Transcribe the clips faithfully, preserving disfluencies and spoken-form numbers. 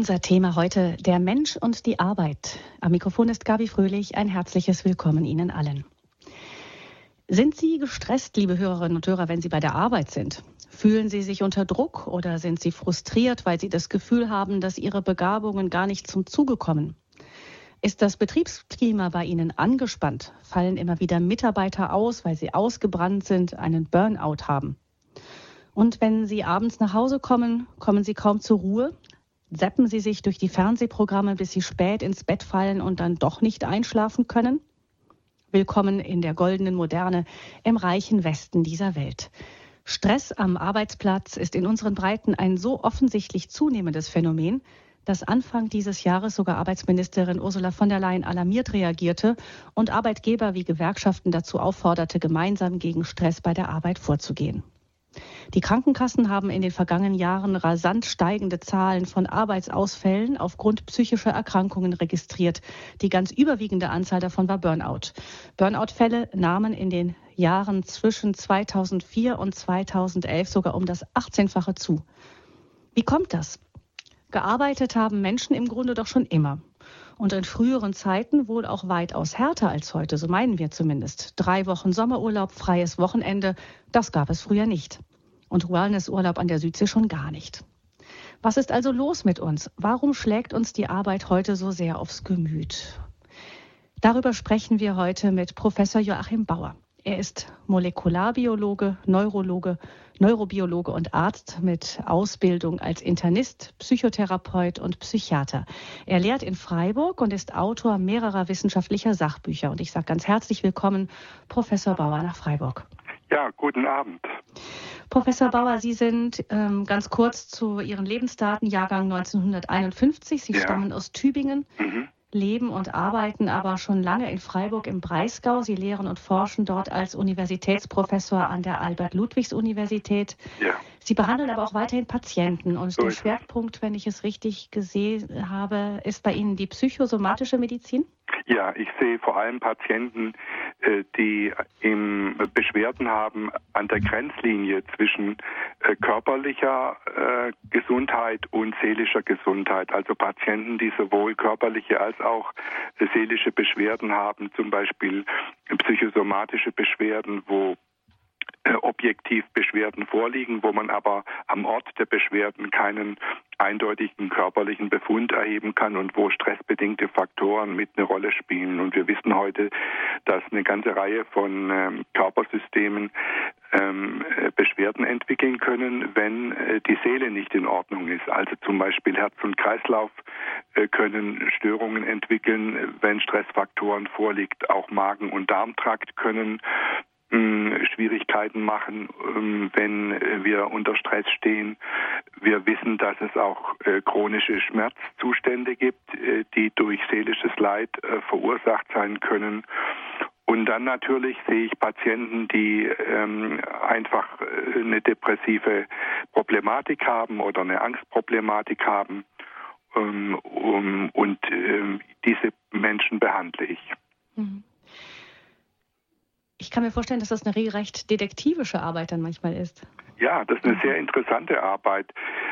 Unser Thema heute: der Mensch und die Arbeit. Am Mikrofon ist Gabi Fröhlich. Ein herzliches Willkommen Ihnen allen. Sind Sie gestresst, liebe Hörerinnen und Hörer, wenn Sie bei der Arbeit sind? Fühlen Sie sich unter Druck oder sind Sie frustriert, weil Sie das Gefühl haben, dass Ihre Begabungen gar nicht zum Zuge kommen? Ist das Betriebsklima bei Ihnen angespannt? Fallen immer wieder Mitarbeiter aus, weil sie ausgebrannt sind, einen Burnout haben? Und wenn Sie abends nach Hause kommen, kommen Sie kaum zur Ruhe? Zappen Sie sich durch die Fernsehprogramme, bis Sie spät ins Bett fallen und dann doch nicht einschlafen können? Willkommen in der goldenen Moderne, im reichen Westen dieser Welt. Stress am Arbeitsplatz ist in unseren Breiten ein so offensichtlich zunehmendes Phänomen, dass Anfang dieses Jahres sogar Arbeitsministerin Ursula von der Leyen alarmiert reagierte und Arbeitgeber wie Gewerkschaften dazu aufforderte, gemeinsam gegen Stress bei der Arbeit vorzugehen. Die Krankenkassen haben in den vergangenen Jahren rasant steigende Zahlen von Arbeitsausfällen aufgrund psychischer Erkrankungen registriert. Die ganz überwiegende Anzahl davon war Burnout. Burnout-Fälle nahmen in den Jahren zwischen zweitausendvier und zweitausendelf sogar um das achtzehnfache zu. Wie kommt das? Gearbeitet haben Menschen im Grunde doch schon immer. Und in früheren Zeiten wohl auch weitaus härter als heute, so meinen wir zumindest. Drei Wochen Sommerurlaub, freies Wochenende, das gab es früher nicht. Und Wellnessurlaub an der Südsee schon gar nicht. Was ist also los mit uns? Warum schlägt uns die Arbeit heute so sehr aufs Gemüt? Darüber sprechen wir heute mit Professor Joachim Bauer. Er ist Molekularbiologe, Neurologe, Neurobiologe und Arzt mit Ausbildung als Internist, Psychotherapeut und Psychiater. Er lehrt in Freiburg und ist Autor mehrerer wissenschaftlicher Sachbücher. Und ich sage ganz herzlich willkommen, Professor Bauer, nach Freiburg. Ja, guten Abend. Professor Bauer, Sie sind ähm, ganz kurz zu Ihren Lebensdaten, Jahrgang neunzehnhunderteinundfünfzig. Sie ja. stammen aus Tübingen. Mhm. Leben und arbeiten aber schon lange in Freiburg im Breisgau. Sie lehren und forschen dort als Universitätsprofessor an der Albert-Ludwigs-Universität. Ja. Sie behandeln aber auch weiterhin Patienten. Und so der Schwerpunkt, wenn ich es richtig gesehen habe, ist bei Ihnen die psychosomatische Medizin? Ja, ich sehe vor allem Patienten, die eben Beschwerden haben an der Grenzlinie zwischen körperlicher Gesundheit und seelischer Gesundheit. Also Patienten, die sowohl körperliche als auch seelische Beschwerden haben, zum Beispiel psychosomatische Beschwerden, wo objektiv Beschwerden vorliegen, wo man aber am Ort der Beschwerden keinen eindeutigen körperlichen Befund erheben kann und wo stressbedingte Faktoren mit eine Rolle spielen. Und wir wissen heute, dass eine ganze Reihe von ähm, Körpersystemen ähm, Beschwerden entwickeln können, wenn äh, die Seele nicht in Ordnung ist. Also zum Beispiel Herz und Kreislauf äh, können Störungen entwickeln, wenn Stressfaktoren vorliegt. Auch Magen- und Darmtrakt können Schwierigkeiten machen, wenn wir unter Stress stehen. Wir wissen, dass es auch chronische Schmerzzustände gibt, die durch seelisches Leid verursacht sein können. Und dann natürlich sehe ich Patienten, die ähm, einfach eine depressive Problematik haben oder eine Angstproblematik haben. Ähm, um, und ähm, diese Menschen behandle ich. Mhm. Ich kann mir vorstellen, dass das eine regelrecht detektivische Arbeit dann manchmal ist. Ja, das ist eine sehr interessante Arbeit.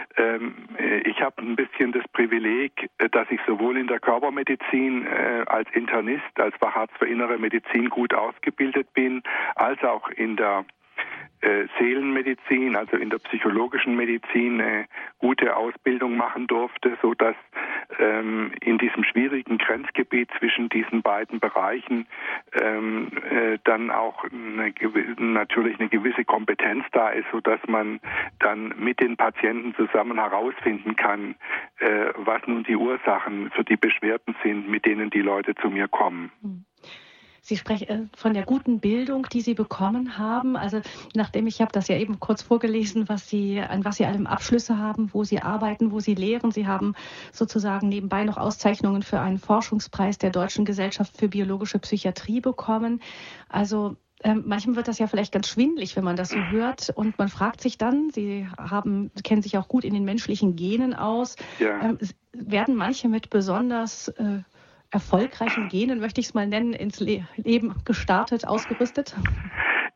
Ich habe ein bisschen das Privileg, dass ich sowohl in der Körpermedizin als Internist, als Facharzt für innere Medizin gut ausgebildet bin, als auch in der Seelenmedizin, also in der psychologischen Medizin, eine gute Ausbildung machen durfte, so dass ähm, in diesem schwierigen Grenzgebiet zwischen diesen beiden Bereichen ähm, äh, dann auch eine, natürlich eine gewisse Kompetenz da ist, so dass man dann mit den Patienten zusammen herausfinden kann, äh, was nun die Ursachen für die Beschwerden sind, mit denen die Leute zu mir kommen. Mhm. Sie sprechen von der guten Bildung, die Sie bekommen haben. Also nachdem ich habe das ja eben kurz vorgelesen, was Sie, an was Sie allem Abschlüsse haben, wo Sie arbeiten, wo Sie lehren. Sie haben sozusagen nebenbei noch Auszeichnungen für einen Forschungspreis der Deutschen Gesellschaft für biologische Psychiatrie bekommen. Also ähm, manchmal wird das ja vielleicht ganz schwindelig, wenn man das so hört. Und man fragt sich dann, Sie haben, kennen sich auch gut in den menschlichen Genen aus, ja. ähm, werden manche mit besonders äh, erfolgreichen Genen, möchte ich es mal nennen, ins Le- Leben gestartet, ausgerüstet?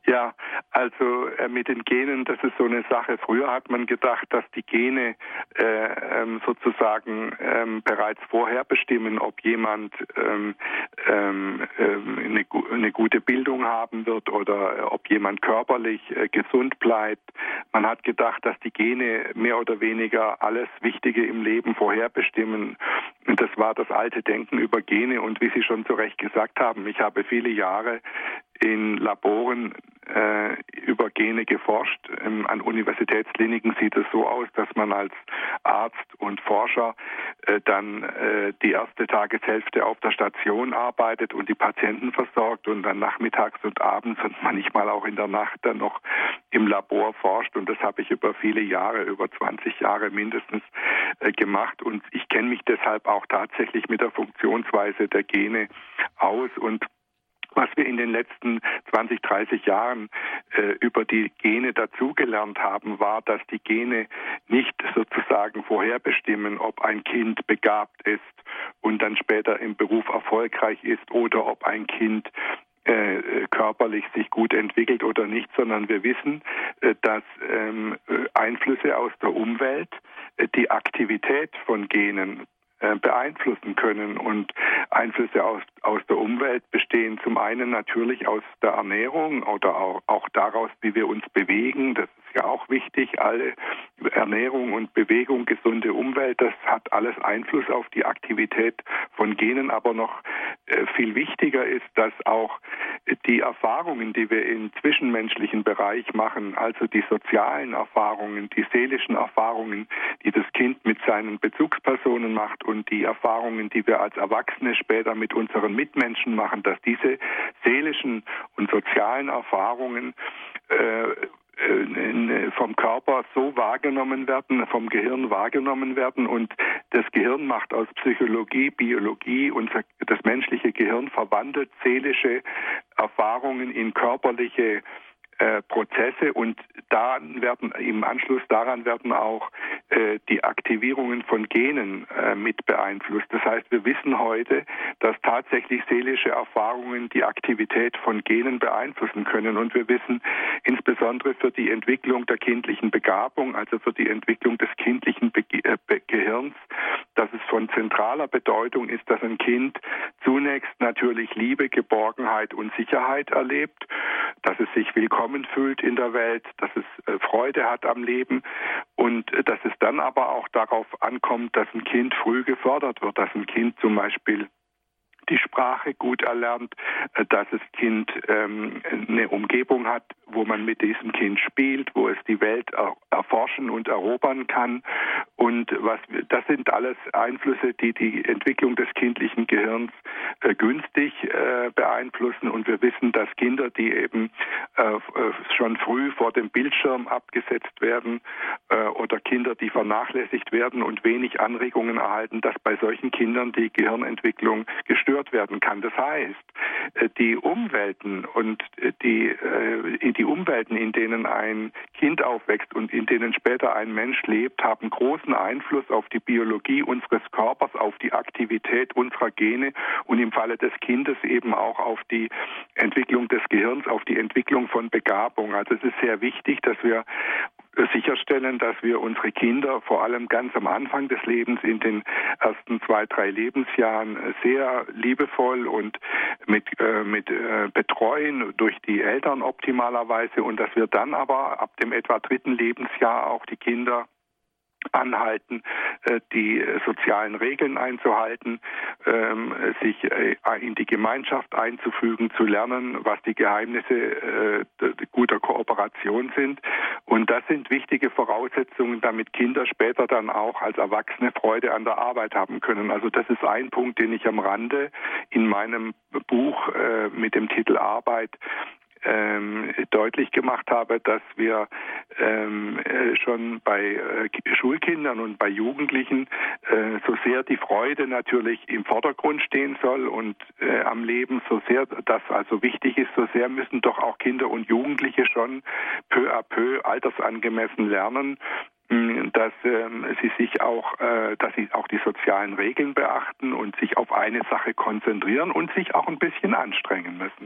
Ja, also äh, mit den Genen, das ist so eine Sache. Früher hat man gedacht, dass die Gene äh, ähm, sozusagen ähm, bereits vorher bestimmen, ob jemand ähm, ähm, eine, eine gute Bildung haben wird oder ob jemand körperlich äh, gesund bleibt. Man hat gedacht, dass die Gene mehr oder weniger alles Wichtige im Leben vorherbestimmen. Und das war das alte Denken über Gene. Und wie Sie schon zu Recht gesagt haben, ich habe viele Jahre in Laboren äh, über Gene geforscht. Ähm, an Universitätskliniken sieht es so aus, dass man als Arzt und Forscher äh, dann äh, die erste Tageshälfte auf der Station arbeitet und die Patienten versorgt und dann nachmittags und abends und manchmal auch in der Nacht dann noch im Labor forscht. Und das habe ich über viele Jahre, über zwanzig Jahre mindestens äh, gemacht. Und ich kenne mich deshalb auch tatsächlich mit der Funktionsweise der Gene aus. Und was wir in den letzten zwanzig, dreißig Jahren äh, über die Gene dazugelernt haben, war, dass die Gene nicht sozusagen vorherbestimmen, ob ein Kind begabt ist und dann später im Beruf erfolgreich ist oder ob ein Kind äh, körperlich sich gut entwickelt oder nicht, sondern wir wissen, äh, dass ähm, Einflüsse aus der Umwelt äh, die Aktivität von Genen beeinflussen können. Und Einflüsse aus, aus der Umwelt bestehen zum einen natürlich aus der Ernährung oder auch, auch daraus, wie wir uns bewegen. Das ist ja auch wichtig. Alle Ernährung und Bewegung, gesunde Umwelt, das hat alles Einfluss auf die Aktivität von Genen. Aber noch äh, viel wichtiger ist, dass auch die Erfahrungen, die wir im zwischenmenschlichen Bereich machen, also die sozialen Erfahrungen, die seelischen Erfahrungen, die das Kind mit seinen Bezugspersonen macht und die Erfahrungen, die wir als Erwachsene später mit unseren Mitmenschen machen, dass diese seelischen und sozialen Erfahrungen äh, vom Körper so wahrgenommen werden, vom Gehirn wahrgenommen werden und das Gehirn macht aus Psychologie, Biologie und das menschliche Gehirn verwandelt seelische Erfahrungen in körperliche äh, Prozesse und dann werden im Anschluss daran werden auch äh, die Aktivierungen von Genen äh, mit beeinflusst. Das heißt, wir wissen heute, dass tatsächlich seelische Erfahrungen die Aktivität von Genen beeinflussen können und wir wissen insbesondere für die Entwicklung der kindlichen Begabung, also für die Entwicklung des kindlichen Be- äh, Be- Gehirns, dass es von zentraler Bedeutung ist, dass ein Kind zunächst natürlich Liebe, Geborgenheit und Sicherheit erlebt, dass es sich willkommen fühlt in der Welt, dass es äh, Freude hat am Leben und äh, dass es dann aber auch darauf ankommt, dass ein Kind früh gefördert wird, dass ein Kind zum Beispiel die Sprache gut erlernt, dass das Kind ähm, eine Umgebung hat, wo man mit diesem Kind spielt, wo es die Welt er- erforschen und erobern kann. Und was das sind alles Einflüsse, die die Entwicklung des kindlichen Gehirns äh, günstig äh, beeinflussen. Und wir wissen, dass Kinder, die eben äh, schon früh vor dem Bildschirm abgesetzt werden äh, oder Kinder, die vernachlässigt werden und wenig Anregungen erhalten, dass bei solchen Kindern die Gehirnentwicklung gestört werden kann. Das heißt, die Umwelten und die, die Umwelten, in denen ein Kind aufwächst und in denen später ein Mensch lebt, haben großen Einfluss auf die Biologie unseres Körpers, auf die Aktivität unserer Gene und im Falle des Kindes eben auch auf die Entwicklung des Gehirns, auf die Entwicklung von Begabung. Also es ist sehr wichtig, dass wir sicherstellen, dass wir unsere Kinder vor allem ganz am Anfang des Lebens in den ersten zwei, drei Lebensjahren sehr liebevoll und mit, äh, mit äh, betreuen durch die Eltern optimalerweise und dass wir dann aber ab dem etwa dritten Lebensjahr auch die Kinder anhalten, die sozialen Regeln einzuhalten, sich in die Gemeinschaft einzufügen, zu lernen, was die Geheimnisse guter Kooperation sind. Und das sind wichtige Voraussetzungen, damit Kinder später dann auch als Erwachsene Freude an der Arbeit haben können. Also das ist ein Punkt, den ich am Rande in meinem Buch mit dem Titel Arbeit Ähm, deutlich gemacht habe, dass wir ähm, äh, schon bei äh, Schulkindern und bei Jugendlichen äh, so sehr die Freude natürlich im Vordergrund stehen soll und äh, am Leben so sehr das also wichtig ist, so sehr müssen doch auch Kinder und Jugendliche schon peu à peu altersangemessen lernen, dass ähm, sie sich auch, äh, dass sie auch die sozialen Regeln beachten und sich auf eine Sache konzentrieren und sich auch ein bisschen anstrengen müssen.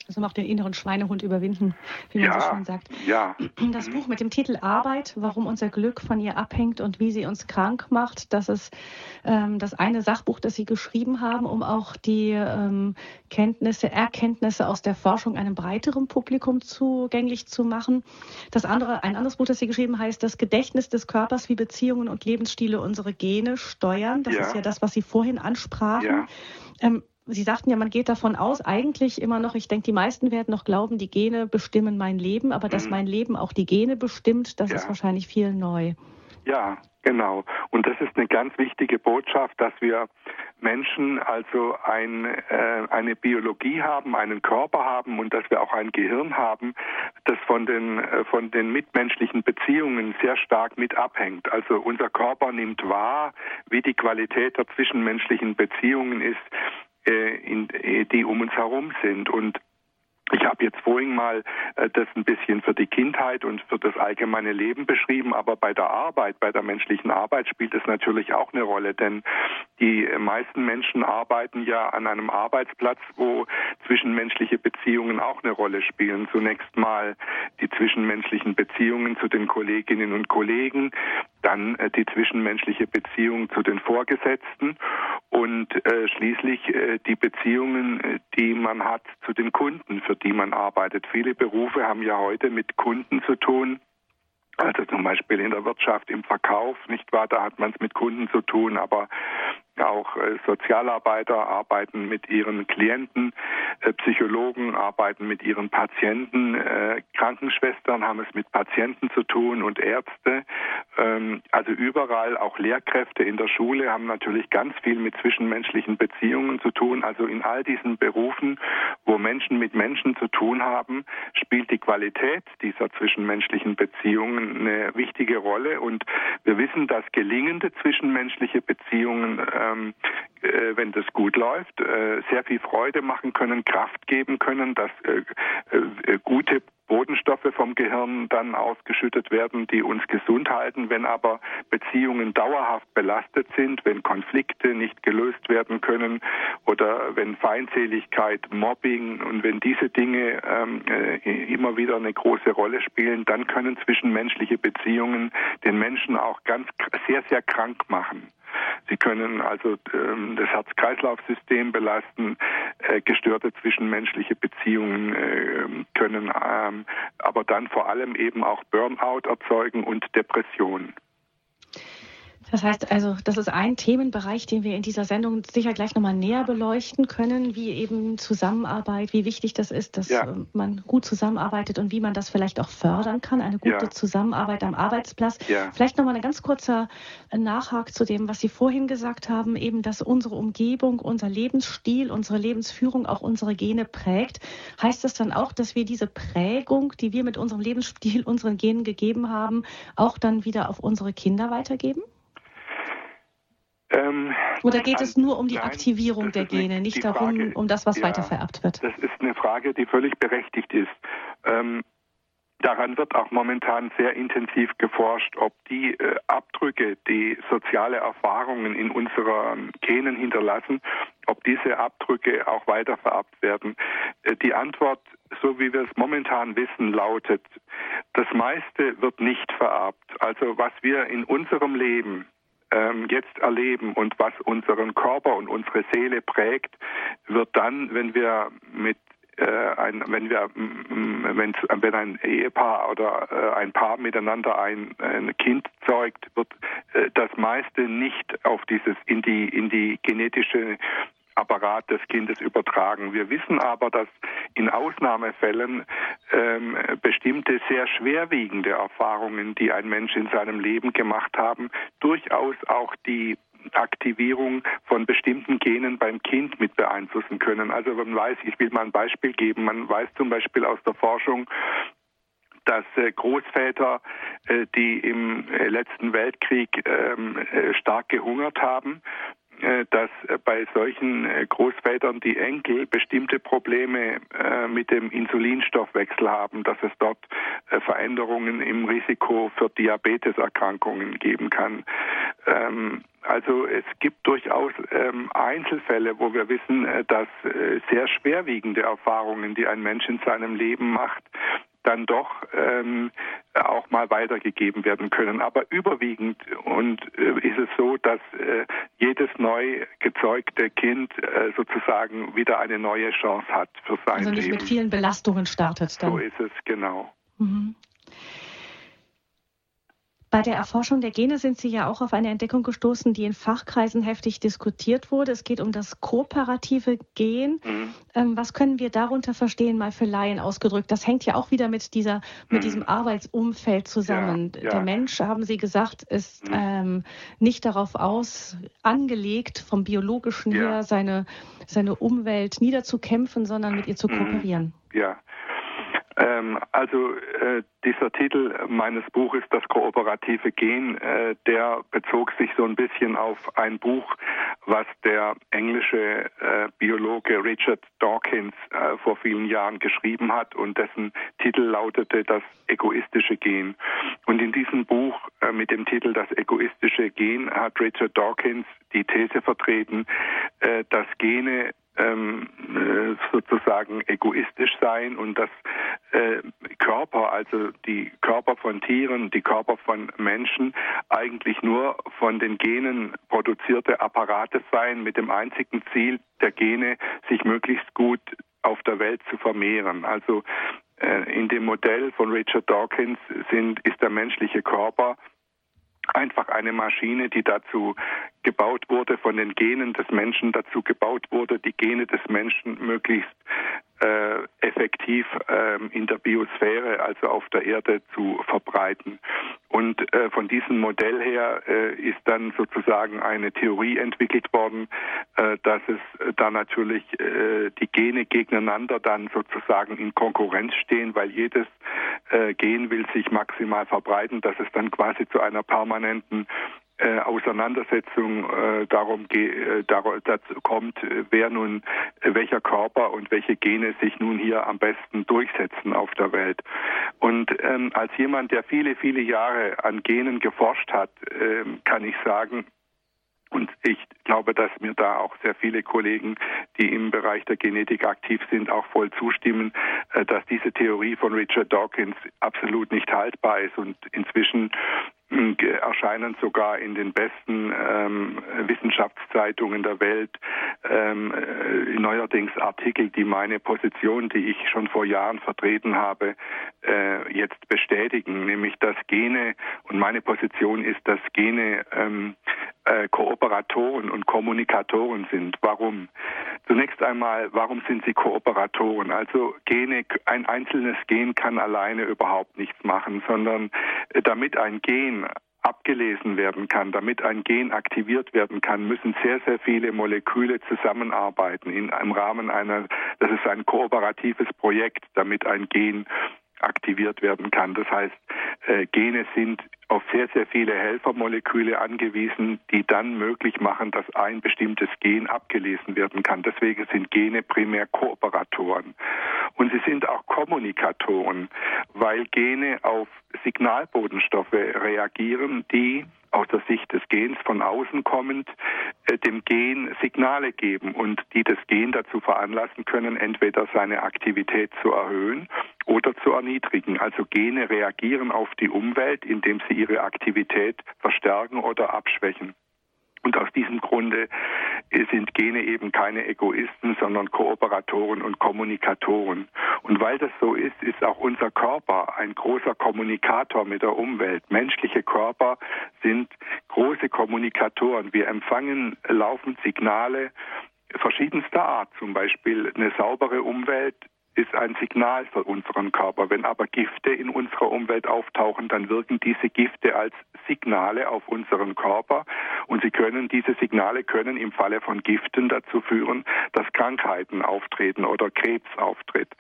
Also noch den inneren Schweinehund überwinden, wie man ja, so schön sagt. Ja. Das Buch mit dem Titel Arbeit, warum unser Glück von ihr abhängt und wie sie uns krank macht, das ist ähm, das eine Sachbuch, das Sie geschrieben haben, um auch die ähm, Kenntnisse, Erkenntnisse aus der Forschung einem breiteren Publikum zugänglich zu machen. Das andere, ein anderes Buch, das Sie geschrieben heißt, das Gedächtnis des Körpers, wie Beziehungen und Lebensstile unsere Gene steuern. Das ja. ist ja das, was Sie vorhin ansprachen. Ja. Ähm, Sie sagten ja, man geht davon aus, eigentlich immer noch, ich denke, die meisten werden noch glauben, die Gene bestimmen mein Leben, aber dass mhm. mein Leben auch die Gene bestimmt, das ja. ist wahrscheinlich viel neu. Ja, genau. Und das ist eine ganz wichtige Botschaft, dass wir Menschen also ein, äh, eine Biologie haben, einen Körper haben und dass wir auch ein Gehirn haben, das von den, äh, von den mitmenschlichen Beziehungen sehr stark mit abhängt. Also unser Körper nimmt wahr, wie die Qualität der zwischenmenschlichen Beziehungen ist, äh, in, äh, die um uns herum sind. Und ich habe jetzt vorhin mal äh, das ein bisschen für die Kindheit und für das allgemeine Leben beschrieben, aber bei der Arbeit, bei der menschlichen Arbeit spielt es natürlich auch eine Rolle, denn die meisten Menschen arbeiten ja an einem Arbeitsplatz, wo zwischenmenschliche Beziehungen auch eine Rolle spielen. Zunächst mal die zwischenmenschlichen Beziehungen zu den Kolleginnen und Kollegen, dann äh, die zwischenmenschliche Beziehung zu den Vorgesetzten und äh, schließlich äh, die Beziehungen, äh, die man hat zu den Kunden, für die man arbeitet. Viele Berufe haben ja heute mit Kunden zu tun. Also zum Beispiel in der Wirtschaft, im Verkauf, nicht wahr? Da hat man es mit Kunden zu tun, aber auch äh, Sozialarbeiter arbeiten mit ihren Klienten, äh, Psychologen arbeiten mit ihren Patienten, äh, Krankenschwestern haben es mit Patienten zu tun und Ärzte. Ähm, also überall, auch Lehrkräfte in der Schule haben natürlich ganz viel mit zwischenmenschlichen Beziehungen zu tun. Also in all diesen Berufen, wo Menschen mit Menschen zu tun haben, spielt die Qualität dieser zwischenmenschlichen Beziehungen eine wichtige Rolle. Und wir wissen, dass gelingende zwischenmenschliche Beziehungen Ähm, äh, wenn das gut läuft, äh, sehr viel Freude machen können, Kraft geben können, dass äh, äh, gute Bodenstoffe vom Gehirn dann ausgeschüttet werden, die uns gesund halten. Wenn aber Beziehungen dauerhaft belastet sind, wenn Konflikte nicht gelöst werden können oder wenn Feindseligkeit, Mobbing und wenn diese Dinge ähm, äh, immer wieder eine große Rolle spielen, dann können zwischenmenschliche Beziehungen den Menschen auch ganz sehr, sehr krank machen. Sie können also ähm, das Herz-Kreislauf-System belasten, äh, gestörte zwischenmenschliche Beziehungen äh, können ähm, aber dann vor allem eben auch Burnout erzeugen und Depressionen. Das heißt also, das ist ein Themenbereich, den wir in dieser Sendung sicher gleich nochmal näher beleuchten können, wie eben Zusammenarbeit, wie wichtig das ist, dass ja. man gut zusammenarbeitet und wie man das vielleicht auch fördern kann, eine gute ja. Zusammenarbeit am Arbeitsplatz. Ja. Vielleicht nochmal ein ganz kurzer Nachhak zu dem, was Sie vorhin gesagt haben, eben, dass unsere Umgebung, unser Lebensstil, unsere Lebensführung auch unsere Gene prägt. Heißt das dann auch, dass wir diese Prägung, die wir mit unserem Lebensstil unseren Genen gegeben haben, auch dann wieder auf unsere Kinder weitergeben? Ähm, Oder geht es nur um die nein, Aktivierung der Gene, eine, nicht darum, Frage, um das, was ja, weitervererbt wird? Das ist eine Frage, die völlig berechtigt ist. Ähm, daran wird auch momentan sehr intensiv geforscht, ob die äh, Abdrücke, die soziale Erfahrungen in unseren Genen hinterlassen, ob diese Abdrücke auch weitervererbt werden. Äh, die Antwort, so wie wir es momentan wissen, lautet, das meiste wird nicht vererbt. Also was wir in unserem Leben jetzt erleben und was unseren Körper und unsere Seele prägt, wird dann, wenn wir mit äh, ein, wenn wir wenn, wenn ein Ehepaar oder äh, ein Paar miteinander ein, ein Kind zeugt, wird äh, das meiste nicht auf dieses in die in die genetische Apparat des Kindes übertragen. Wir wissen aber, dass in Ausnahmefällen ähm, bestimmte sehr schwerwiegende Erfahrungen, die ein Mensch in seinem Leben gemacht haben, durchaus auch die Aktivierung von bestimmten Genen beim Kind mit beeinflussen können. Also man weiß, ich will mal ein Beispiel geben, man weiß zum Beispiel aus der Forschung, dass äh, Großväter, äh, die im äh, letzten Weltkrieg ähm, äh, stark gehungert haben, dass bei solchen Großvätern die Enkel bestimmte Probleme mit dem Insulinstoffwechsel haben, dass es dort Veränderungen im Risiko für Diabeteserkrankungen geben kann. Also es gibt durchaus Einzelfälle, wo wir wissen, dass sehr schwerwiegende Erfahrungen, die ein Mensch in seinem Leben macht, dann doch ähm, auch mal weitergegeben werden können. Aber überwiegend und äh, ist es so, dass äh, jedes neu gezeugte Kind äh, sozusagen wieder eine neue Chance hat für sein Leben. Also nicht Leben. mit vielen Belastungen startet dann. So ist es, genau. Mhm. Bei der Erforschung der Gene sind Sie ja auch auf eine Entdeckung gestoßen, die in Fachkreisen heftig diskutiert wurde. Es geht um das kooperative Gen. Mhm. Ähm, was können wir darunter verstehen, mal für Laien ausgedrückt? Das hängt ja auch wieder mit dieser, mit mhm. diesem Arbeitsumfeld zusammen. Ja, ja. Der Mensch, haben Sie gesagt, ist mhm. ähm, nicht darauf aus, angelegt vom Biologischen ja. her, seine, seine Umwelt niederzukämpfen, sondern mit ihr zu kooperieren. Ja. Ähm, also äh, dieser Titel meines Buches, das kooperative Gen, äh, der bezog sich so ein bisschen auf ein Buch, was der englische äh, Biologe Richard Dawkins äh, vor vielen Jahren geschrieben hat und dessen Titel lautete Das egoistische Gen. Und in diesem Buch äh, mit dem Titel Das egoistische Gen hat Richard Dawkins die These vertreten, äh, dass Gene Ähm, äh, sozusagen egoistisch sein und dass äh, Körper, also die Körper von Tieren, die Körper von Menschen eigentlich nur von den Genen produzierte Apparate seien, mit dem einzigen Ziel der Gene, sich möglichst gut auf der Welt zu vermehren. Also äh, in dem Modell von Richard Dawkins sind, ist der menschliche Körper einfach eine Maschine, die dazu gebaut wurde, von den Genen des Menschen dazu gebaut wurde, die Gene des Menschen möglichst äh, effektiv äh, in der Biosphäre, also auf der Erde, zu verbreiten. Und äh, von diesem Modell her äh, ist dann sozusagen eine Theorie entwickelt worden, äh, dass es da natürlich äh, die Gene gegeneinander dann sozusagen in Konkurrenz stehen, weil jedes äh, Gen will sich maximal verbreiten, dass es dann quasi zu einer permanenten Äh, Auseinandersetzung äh, darum ge- äh, dar- dazu kommt, äh, wer nun, äh, welcher Körper und welche Gene sich nun hier am besten durchsetzen auf der Welt. Und ähm, als jemand, der viele, viele Jahre an Genen geforscht hat, äh, kann ich sagen, und ich glaube, dass mir da auch sehr viele Kollegen, die im Bereich der Genetik aktiv sind, auch voll zustimmen, dass diese Theorie von Richard Dawkins absolut nicht haltbar ist. Und inzwischen erscheinen sogar in den besten ähm, Wissenschaftszeitungen der Welt ähm, äh, neuerdings Artikel, die meine Position, die ich schon vor Jahren vertreten habe, äh, jetzt bestätigen. Nämlich, dass Gene, und meine Position ist, dass Gene ähm, äh, Kooperatoren und Kommunikatoren sind. Warum? Zunächst einmal, warum sind sie Kooperatoren? Also Gene, ein einzelnes Gen kann alleine überhaupt nichts machen, sondern äh, damit ein Gen abgelesen werden kann, damit ein Gen aktiviert werden kann, müssen sehr, sehr viele Moleküle zusammenarbeiten in im Rahmen einer, das ist ein kooperatives Projekt, damit ein Gen aktiviert werden kann. Das heißt, äh, Gene sind auf sehr, sehr viele Helfermoleküle angewiesen, die dann möglich machen, dass ein bestimmtes Gen abgelesen werden kann. Deswegen sind Gene primär Kooperatoren. Und sie sind auch Kommunikatoren, weil Gene auf Signalbotenstoffe reagieren, die aus der Sicht des Gens von außen kommend äh, dem Gen Signale geben und die das Gen dazu veranlassen können, entweder seine Aktivität zu erhöhen oder zu erniedrigen. Also Gene reagieren auf die Umwelt, indem sie ihre Aktivität verstärken oder abschwächen. Und aus diesem Grunde sind Gene eben keine Egoisten, sondern Kooperatoren und Kommunikatoren. Und weil das so ist, ist auch unser Körper ein großer Kommunikator mit der Umwelt. Menschliche Körper sind große Kommunikatoren. Wir empfangen laufend Signale verschiedenster Art. Zum Beispiel eine saubere Umwelt ist ein Signal für unseren Körper. Wenn aber Gifte in unserer Umwelt auftauchen, dann wirken diese Gifte als Signale auf unseren Körper und sie können, diese Signale können im Falle von Giften dazu führen, dass Krankheiten auftreten oder Krebs auftritt.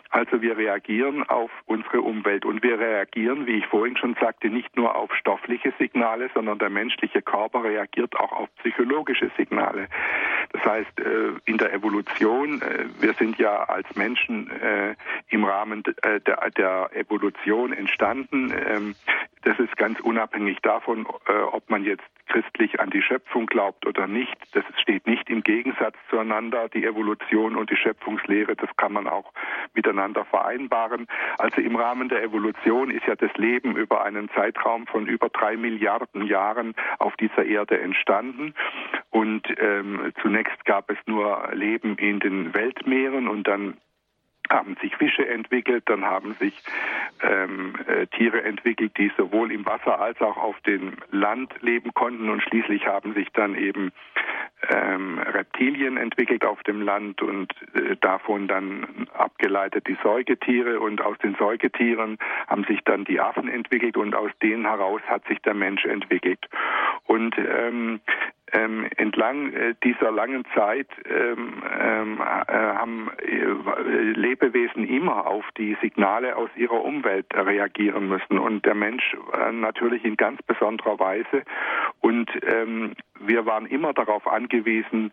Also wir reagieren auf unsere Umwelt und wir reagieren, wie ich vorhin schon sagte, nicht nur auf stoffliche Signale, sondern der menschliche Körper reagiert auch auf psychologische Signale. Das heißt, in der Evolution, wir sind ja als Menschen im Rahmen der Evolution entstanden. Das ist ganz unabhängig davon, ob man jetzt christlich an die Schöpfung glaubt oder nicht. Das steht nicht im Gegensatz zueinander, die Evolution und die Schöpfungslehre. Das kann man auch miteinander vereinbaren. Also im Rahmen der Evolution ist ja das Leben über einen Zeitraum von über drei Milliarden Jahren auf dieser Erde entstanden. Und ähm, zunächst gab es nur Leben in den Weltmeeren und dann haben sich Fische entwickelt, dann haben sich ähm, äh, Tiere entwickelt, die sowohl im Wasser als auch auf dem Land leben konnten und schließlich haben sich dann eben ähm, Reptilien entwickelt auf dem Land und äh, davon dann abgeleitet die Säugetiere und aus den Säugetieren haben sich dann die Affen entwickelt und aus denen heraus hat sich der Mensch entwickelt. Und ähm, Ähm, entlang äh, dieser langen Zeit ähm, ähm, äh, haben äh, Lebewesen immer auf die Signale aus ihrer Umwelt reagieren müssen und der Mensch äh, natürlich in ganz besonderer Weise. Und ähm, wir waren immer darauf angewiesen,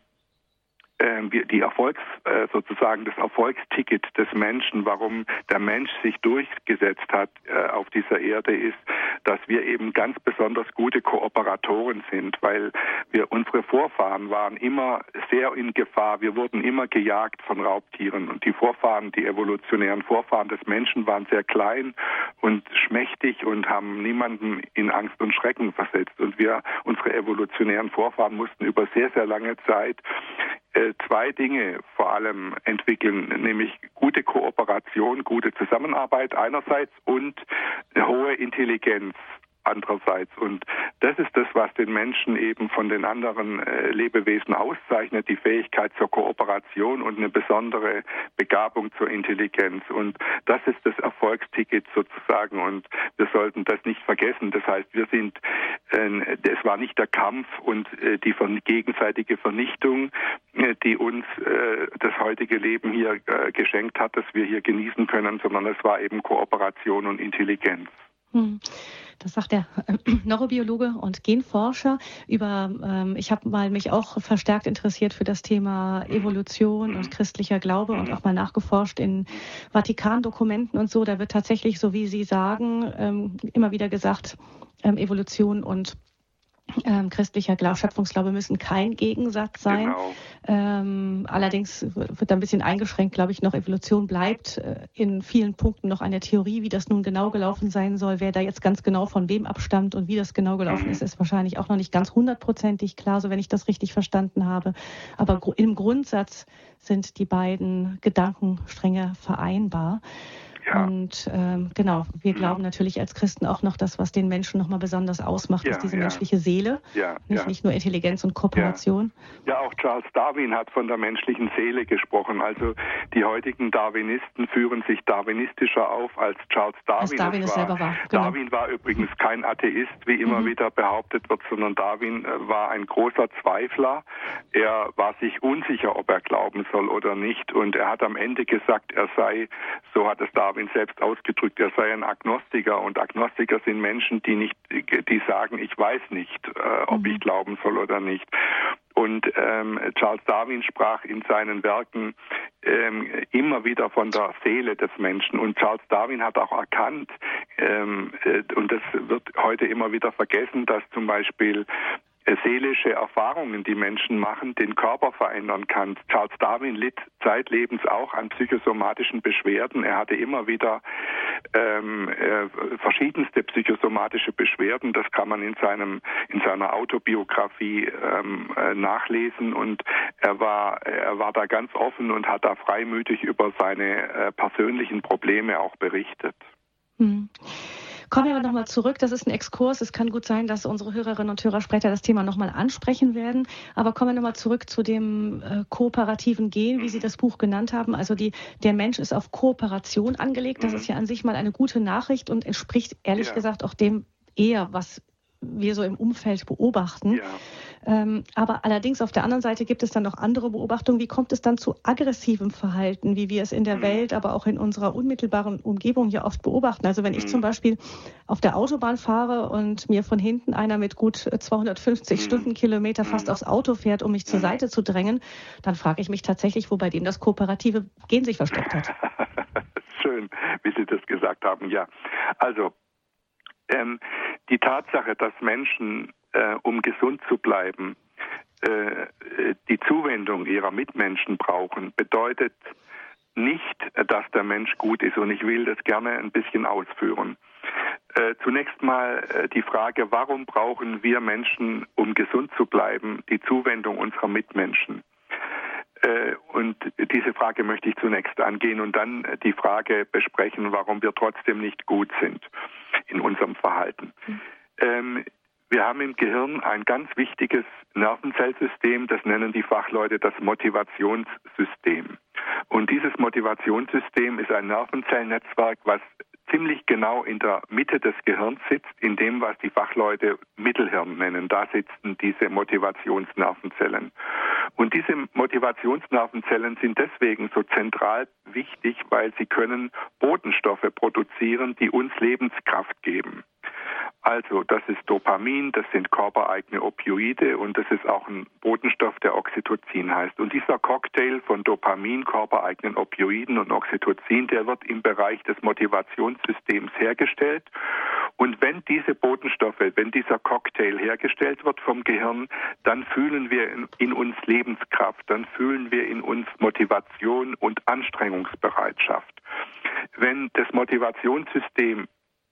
die Erfolgs, sozusagen das Erfolgsticket des Menschen, warum der Mensch sich durchgesetzt hat auf dieser Erde, ist, dass wir eben ganz besonders gute Kooperatoren sind, weil wir unsere Vorfahren waren immer sehr in Gefahr. Wir wurden immer gejagt von Raubtieren und die Vorfahren, die evolutionären Vorfahren des Menschen waren sehr klein und schmächtig und haben niemanden in Angst und Schrecken versetzt. Und wir, unsere evolutionären Vorfahren, mussten über sehr, sehr lange Zeit zwei Dinge vor allem entwickeln, nämlich gute Kooperation, gute Zusammenarbeit einerseits und eine hohe Intelligenz andererseits. Und das ist das, was den Menschen eben von den anderen äh, Lebewesen auszeichnet, die Fähigkeit zur Kooperation und eine besondere Begabung zur Intelligenz. Und das ist das Erfolgsticket sozusagen und wir sollten das nicht vergessen. Das heißt, wir sind, äh, es war nicht der Kampf und äh, die ver- gegenseitige Vernichtung, äh, die uns äh, das heutige Leben hier äh, geschenkt hat, das wir hier genießen können, sondern es war eben Kooperation und Intelligenz. Hm. Das sagt der Neurobiologe und Genforscher. Über, ähm, ich habe mal mich auch verstärkt interessiert für das Thema Evolution und christlicher Glaube und auch mal nachgeforscht in Vatikan-Dokumenten und so. Da wird tatsächlich, so wie Sie sagen, ähm, immer wieder gesagt, ähm, Evolution und Ähm, christlicher Glaube, Schöpfungsglaube müssen kein Gegensatz sein. Genau. Ähm, allerdings wird da ein bisschen eingeschränkt, glaube ich, noch Evolution bleibt äh, in vielen Punkten noch eine Theorie, wie das nun genau gelaufen sein soll. Wer da jetzt ganz genau von wem abstammt und wie das genau gelaufen ist, ist wahrscheinlich auch noch nicht ganz hundertprozentig klar, so wenn ich das richtig verstanden habe. Aber gr- im Grundsatz sind die beiden Gedankenstränge vereinbar. Ja. Und ähm, genau, wir glauben natürlich als Christen auch noch das, was den Menschen nochmal besonders ausmacht, ja, ist diese ja. menschliche Seele, ja, nicht, ja. nicht nur Intelligenz und Kooperation. Ja. ja, auch Charles Darwin hat von der menschlichen Seele gesprochen. Also die heutigen Darwinisten führen sich darwinistischer auf als Charles Darwin. Als Darwin es war. selber war. Genau. Darwin war übrigens kein Atheist, wie immer mhm. wieder behauptet wird, sondern Darwin war ein großer Zweifler. Er war sich unsicher, ob er glauben soll oder nicht. Und er hat am Ende gesagt, er sei, so hat es Darwin selbst ausgedrückt, er sei ein Agnostiker und Agnostiker sind Menschen, die nicht, die sagen, ich weiß nicht, äh, ob mhm. ich glauben soll oder nicht. Und ähm, Charles Darwin sprach in seinen Werken ähm, immer wieder von der Seele des Menschen. Und Charles Darwin hat auch erkannt, ähm, äh, und das wird heute immer wieder vergessen, dass zum Beispiel seelische Erfahrungen, die Menschen machen, den Körper verändern kann. Charles Darwin litt zeitlebens auch an psychosomatischen Beschwerden. Er hatte immer wieder ähm, äh, verschiedenste psychosomatische Beschwerden. Das kann man in seinem in seiner Autobiografie ähm, äh, nachlesen. Und er war er war da ganz offen und hat da freimütig über seine äh, persönlichen Probleme auch berichtet. Hm. Kommen wir aber nochmal zurück. Das ist ein Exkurs. Es kann gut sein, dass unsere Hörerinnen und Hörer später das Thema nochmal ansprechen werden. Aber kommen wir nochmal zurück zu dem äh, kooperativen Gen, wie Sie das Buch genannt haben. Also die, der Mensch ist auf Kooperation angelegt. Das ist ja an sich mal eine gute Nachricht und entspricht ehrlich ja. gesagt auch dem eher, was wir so im Umfeld beobachten. Ähm, aber allerdings auf der anderen Seite gibt es dann noch andere Beobachtungen. Wie kommt es dann zu aggressivem Verhalten, wie wir es in der mhm. Welt, aber auch in unserer unmittelbaren Umgebung ja oft beobachten? Also wenn ich mhm. zum Beispiel auf der Autobahn fahre und mir von hinten einer mit gut zweihundertfünfzig mhm. Stundenkilometer fast mhm. aufs Auto fährt, um mich zur mhm. Seite zu drängen, dann frage ich mich tatsächlich, wo bei dem das kooperative Gen sich versteckt hat. Schön, wie Sie das gesagt haben. Ja, also ähm, die Tatsache, dass Menschen, äh, um gesund zu bleiben, äh, die Zuwendung ihrer Mitmenschen brauchen, bedeutet nicht, dass der Mensch gut ist. Und ich will das gerne ein bisschen ausführen. Äh, zunächst mal äh, die Frage, warum brauchen wir Menschen, um gesund zu bleiben, die Zuwendung unserer Mitmenschen? Äh, und diese Frage möchte ich zunächst angehen und dann die Frage besprechen, warum wir trotzdem nicht gut sind in unserem Verhalten. Mhm. Ähm, wir haben im Gehirn ein ganz wichtiges Nervenzellsystem, das nennen die Fachleute das Motivationssystem. Und dieses Motivationssystem ist ein Nervenzellnetzwerk, was ziemlich genau in der Mitte des Gehirns sitzt, in dem, was die Fachleute Mittelhirn nennen. Da sitzen diese Motivationsnervenzellen. Und diese Motivationsnervenzellen sind deswegen so zentral wichtig, weil sie können Botenstoffe produzieren, die uns Lebenskraft geben. Also das ist Dopamin, das sind körpereigene Opioide und das ist auch ein Botenstoff, der Oxytocin heißt. Und dieser Cocktail von Dopamin, körpereigenen Opioiden und Oxytocin, der wird im Bereich des Motivationssystems hergestellt. Und wenn diese Botenstoffe, wenn dieser Cocktail hergestellt wird vom Gehirn, dann fühlen wir in, in uns Lebenskraft, dann fühlen wir in uns Motivation und Anstrengungsbereitschaft. Wenn das Motivationssystem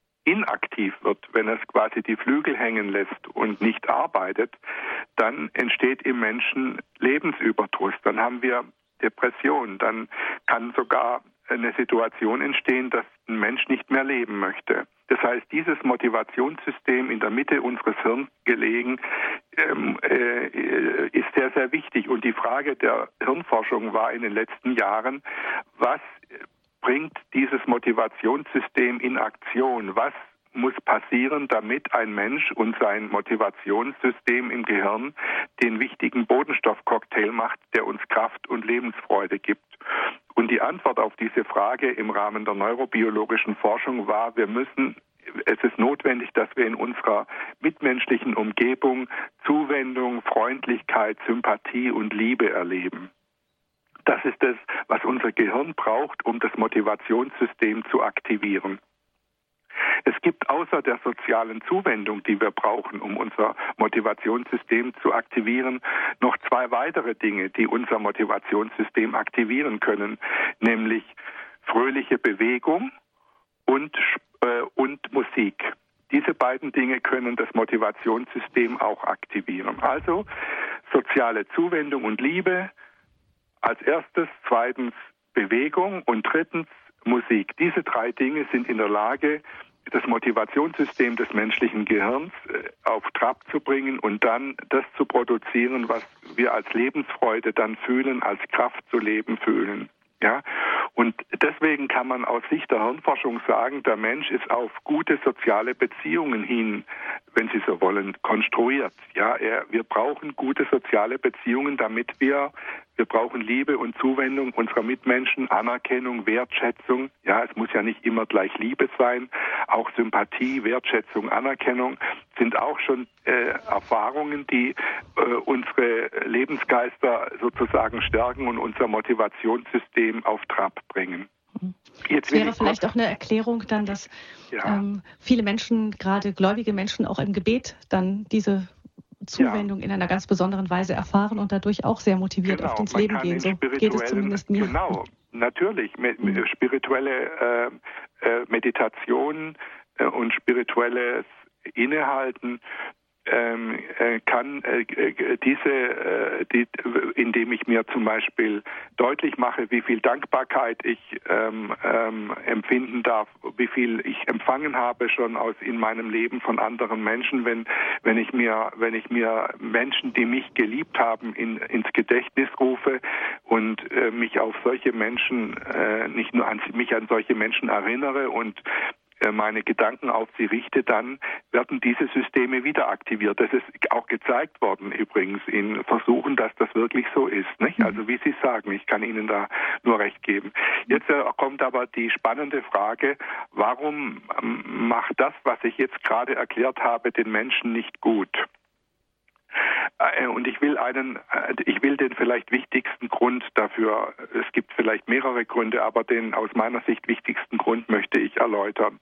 inaktiv wird, wenn es quasi die Flügel hängen lässt und nicht arbeitet, dann entsteht im Menschen Lebensüberdruss. Dann haben wir Depression. Dann kann sogar eine Situation entstehen, dass ein Mensch nicht mehr leben möchte. Das heißt, dieses Motivationssystem in der Mitte unseres Hirns gelegen, ähm, äh, ist sehr, sehr wichtig. Und die Frage der Hirnforschung war in den letzten Jahren, was bringt dieses Motivationssystem in Aktion? Was muss passieren, damit ein Mensch und sein Motivationssystem im Gehirn den wichtigen Botenstoffcocktail macht, der uns Kraft und Lebensfreude gibt? Und die Antwort auf diese Frage im Rahmen der neurobiologischen Forschung war, wir müssen, es ist notwendig, dass wir in unserer mitmenschlichen Umgebung Zuwendung, Freundlichkeit, Sympathie und Liebe erleben. Das ist es, was unser Gehirn braucht, um das Motivationssystem zu aktivieren. Es gibt außer der sozialen Zuwendung, die wir brauchen, um unser Motivationssystem zu aktivieren, noch zwei weitere Dinge, die unser Motivationssystem aktivieren können, nämlich fröhliche Bewegung und, äh, und Musik. Diese beiden Dinge können das Motivationssystem auch aktivieren. Also soziale Zuwendung und Liebe, als erstes, zweitens Bewegung und drittens Musik. Diese drei Dinge sind in der Lage, das Motivationssystem des menschlichen Gehirns auf Trab zu bringen und dann das zu produzieren, was wir als Lebensfreude dann fühlen, als Kraft zu leben fühlen. Ja? Und deswegen kann man aus Sicht der Hirnforschung sagen, der Mensch ist auf gute soziale Beziehungen hin, wenn Sie so wollen, konstruiert. Ja, er, wir brauchen gute soziale Beziehungen, damit wir, wir brauchen Liebe und Zuwendung unserer Mitmenschen, Anerkennung, Wertschätzung. Ja, es muss ja nicht immer gleich Liebe sein. Auch Sympathie, Wertschätzung, Anerkennung sind auch schon äh, Erfahrungen, die äh, unsere Lebensgeister sozusagen stärken und unser Motivationssystem auf Trab bringen. Jetzt wäre vielleicht auch eine Erklärung dann, dass ja. ähm, viele Menschen, gerade gläubige Menschen, auch im Gebet dann diese Zuwendung ja. in einer ganz besonderen Weise erfahren und dadurch auch sehr motiviert genau. oft ins Leben gehen. So geht es zumindest mir. Genau, natürlich. Me- mhm. Spirituelle äh, äh, Meditation äh, und spirituelles Innehalten Ähm, äh, kann äh, diese, äh, die, indem ich mir zum Beispiel deutlich mache, wie viel Dankbarkeit ich ähm, ähm, empfinden darf, wie viel ich empfangen habe schon aus in meinem Leben von anderen Menschen, wenn wenn ich mir wenn ich mir Menschen, die mich geliebt haben, in, ins Gedächtnis rufe und äh, mich auf solche Menschen äh, nicht nur an mich an solche Menschen erinnere und meine Gedanken auf sie richte, dann werden diese Systeme wieder aktiviert. Das ist auch gezeigt worden übrigens in Versuchen, dass das wirklich so ist. Nicht? Also wie Sie sagen, ich kann Ihnen da nur recht geben. Jetzt äh, kommt aber die spannende Frage, warum ähm, macht das, was ich jetzt gerade erklärt habe, den Menschen nicht gut? Und ich will einen, ich will den vielleicht wichtigsten Grund dafür, es gibt vielleicht mehrere Gründe, aber den aus meiner Sicht wichtigsten Grund möchte ich erläutern.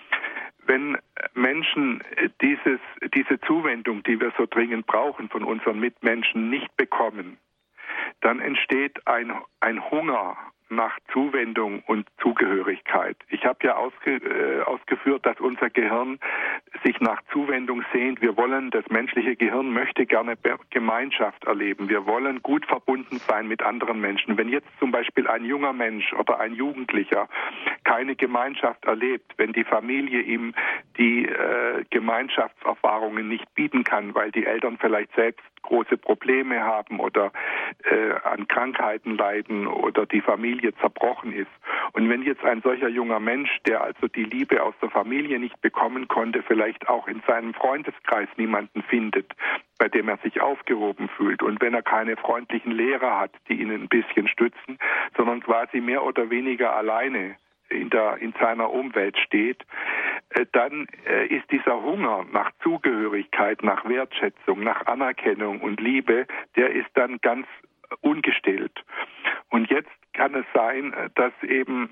Wenn Menschen dieses, diese Zuwendung, die wir so dringend brauchen, von unseren Mitmenschen nicht bekommen, dann entsteht ein, ein Hunger nach Zuwendung und Zugehörigkeit. Ich habe ja ausge, äh, ausgeführt, dass unser Gehirn sich nach Zuwendung sehnt. Wir wollen, das menschliche Gehirn möchte gerne Be- Gemeinschaft erleben. Wir wollen gut verbunden sein mit anderen Menschen. Wenn jetzt zum Beispiel ein junger Mensch oder ein Jugendlicher keine Gemeinschaft erlebt, wenn die Familie ihm die äh, Gemeinschaftserfahrungen nicht bieten kann, weil die Eltern vielleicht selbst große Probleme haben oder äh, an Krankheiten leiden oder die Familie zerbrochen ist. Und wenn jetzt ein solcher junger Mensch, der also die Liebe aus der Familie nicht bekommen konnte, vielleicht auch in seinem Freundeskreis niemanden findet, bei dem er sich aufgehoben fühlt, und wenn er keine freundlichen Lehrer hat, die ihn ein bisschen stützen, sondern quasi mehr oder weniger alleine in der in seiner Umwelt steht, äh, dann äh, ist dieser Hunger nach Zugehörigkeit, nach Wertschätzung, nach Anerkennung und Liebe, der ist dann ganz ungestillt. Und jetzt kann es sein, dass eben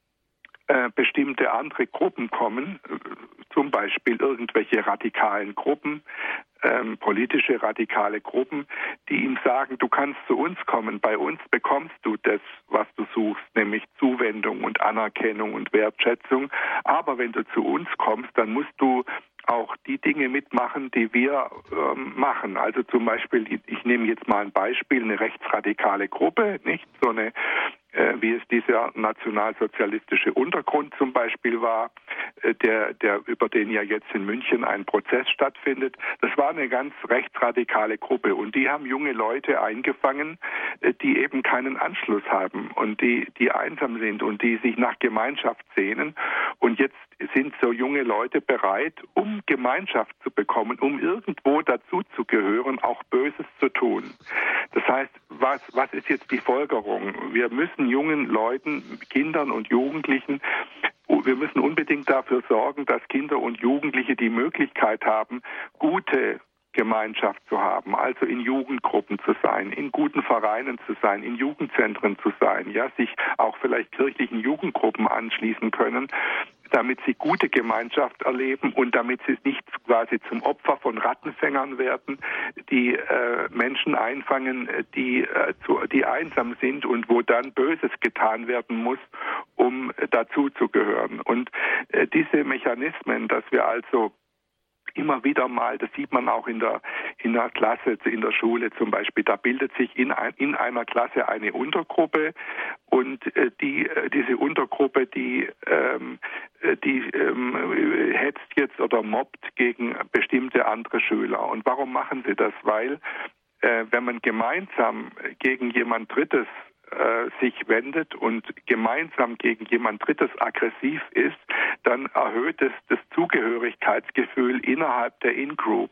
äh, bestimmte andere Gruppen kommen, äh, zum Beispiel irgendwelche radikalen Gruppen, ähm, politische radikale Gruppen, die ihm sagen, du kannst zu uns kommen, bei uns bekommst du das, was du suchst, nämlich Zuwendung und Anerkennung und Wertschätzung. Aber wenn du zu uns kommst, dann musst du auch die Dinge mitmachen, die wir ähm, machen. Also zum Beispiel, ich nehme jetzt mal ein Beispiel, eine rechtsradikale Gruppe, nicht so eine, äh, wie es dieser nationalsozialistische Untergrund zum Beispiel war, äh, der, der über den ja jetzt in München ein Prozess stattfindet. Das war eine ganz rechtsradikale Gruppe und die haben junge Leute eingefangen, äh, die eben keinen Anschluss haben und die, die einsam sind und die sich nach Gemeinschaft sehnen. Und jetzt sind so junge Leute bereit, um Gemeinschaft zu bekommen, um irgendwo dazu zu gehören, auch Böses zu tun. Das heißt, was, was ist jetzt die Folgerung? Wir müssen jungen Leuten, Kindern und Jugendlichen, wir müssen unbedingt dafür sorgen, dass Kinder und Jugendliche die Möglichkeit haben, gute Gemeinschaft zu haben, also in Jugendgruppen zu sein, in guten Vereinen zu sein, in Jugendzentren zu sein, ja, sich auch vielleicht kirchlichen Jugendgruppen anschließen können, damit sie gute Gemeinschaft erleben und damit sie nicht quasi zum Opfer von Rattenfängern werden, die äh, Menschen einfangen, die, äh, zu, die einsam sind und wo dann Böses getan werden muss, um äh, dazu zu gehören. Und äh, diese Mechanismen, dass wir also immer wieder mal, das sieht man auch in der in der Klasse, in der Schule zum Beispiel, da bildet sich in, ein, in einer Klasse eine Untergruppe und äh, die äh, diese Untergruppe, die ähm, die ähm, hetzt jetzt oder mobbt gegen bestimmte andere Schüler. Und warum machen sie das? Weil äh, wenn man gemeinsam gegen jemand Drittes sich wendet und gemeinsam gegen jemand Drittes aggressiv ist, dann erhöht es das Zugehörigkeitsgefühl innerhalb der In-Group.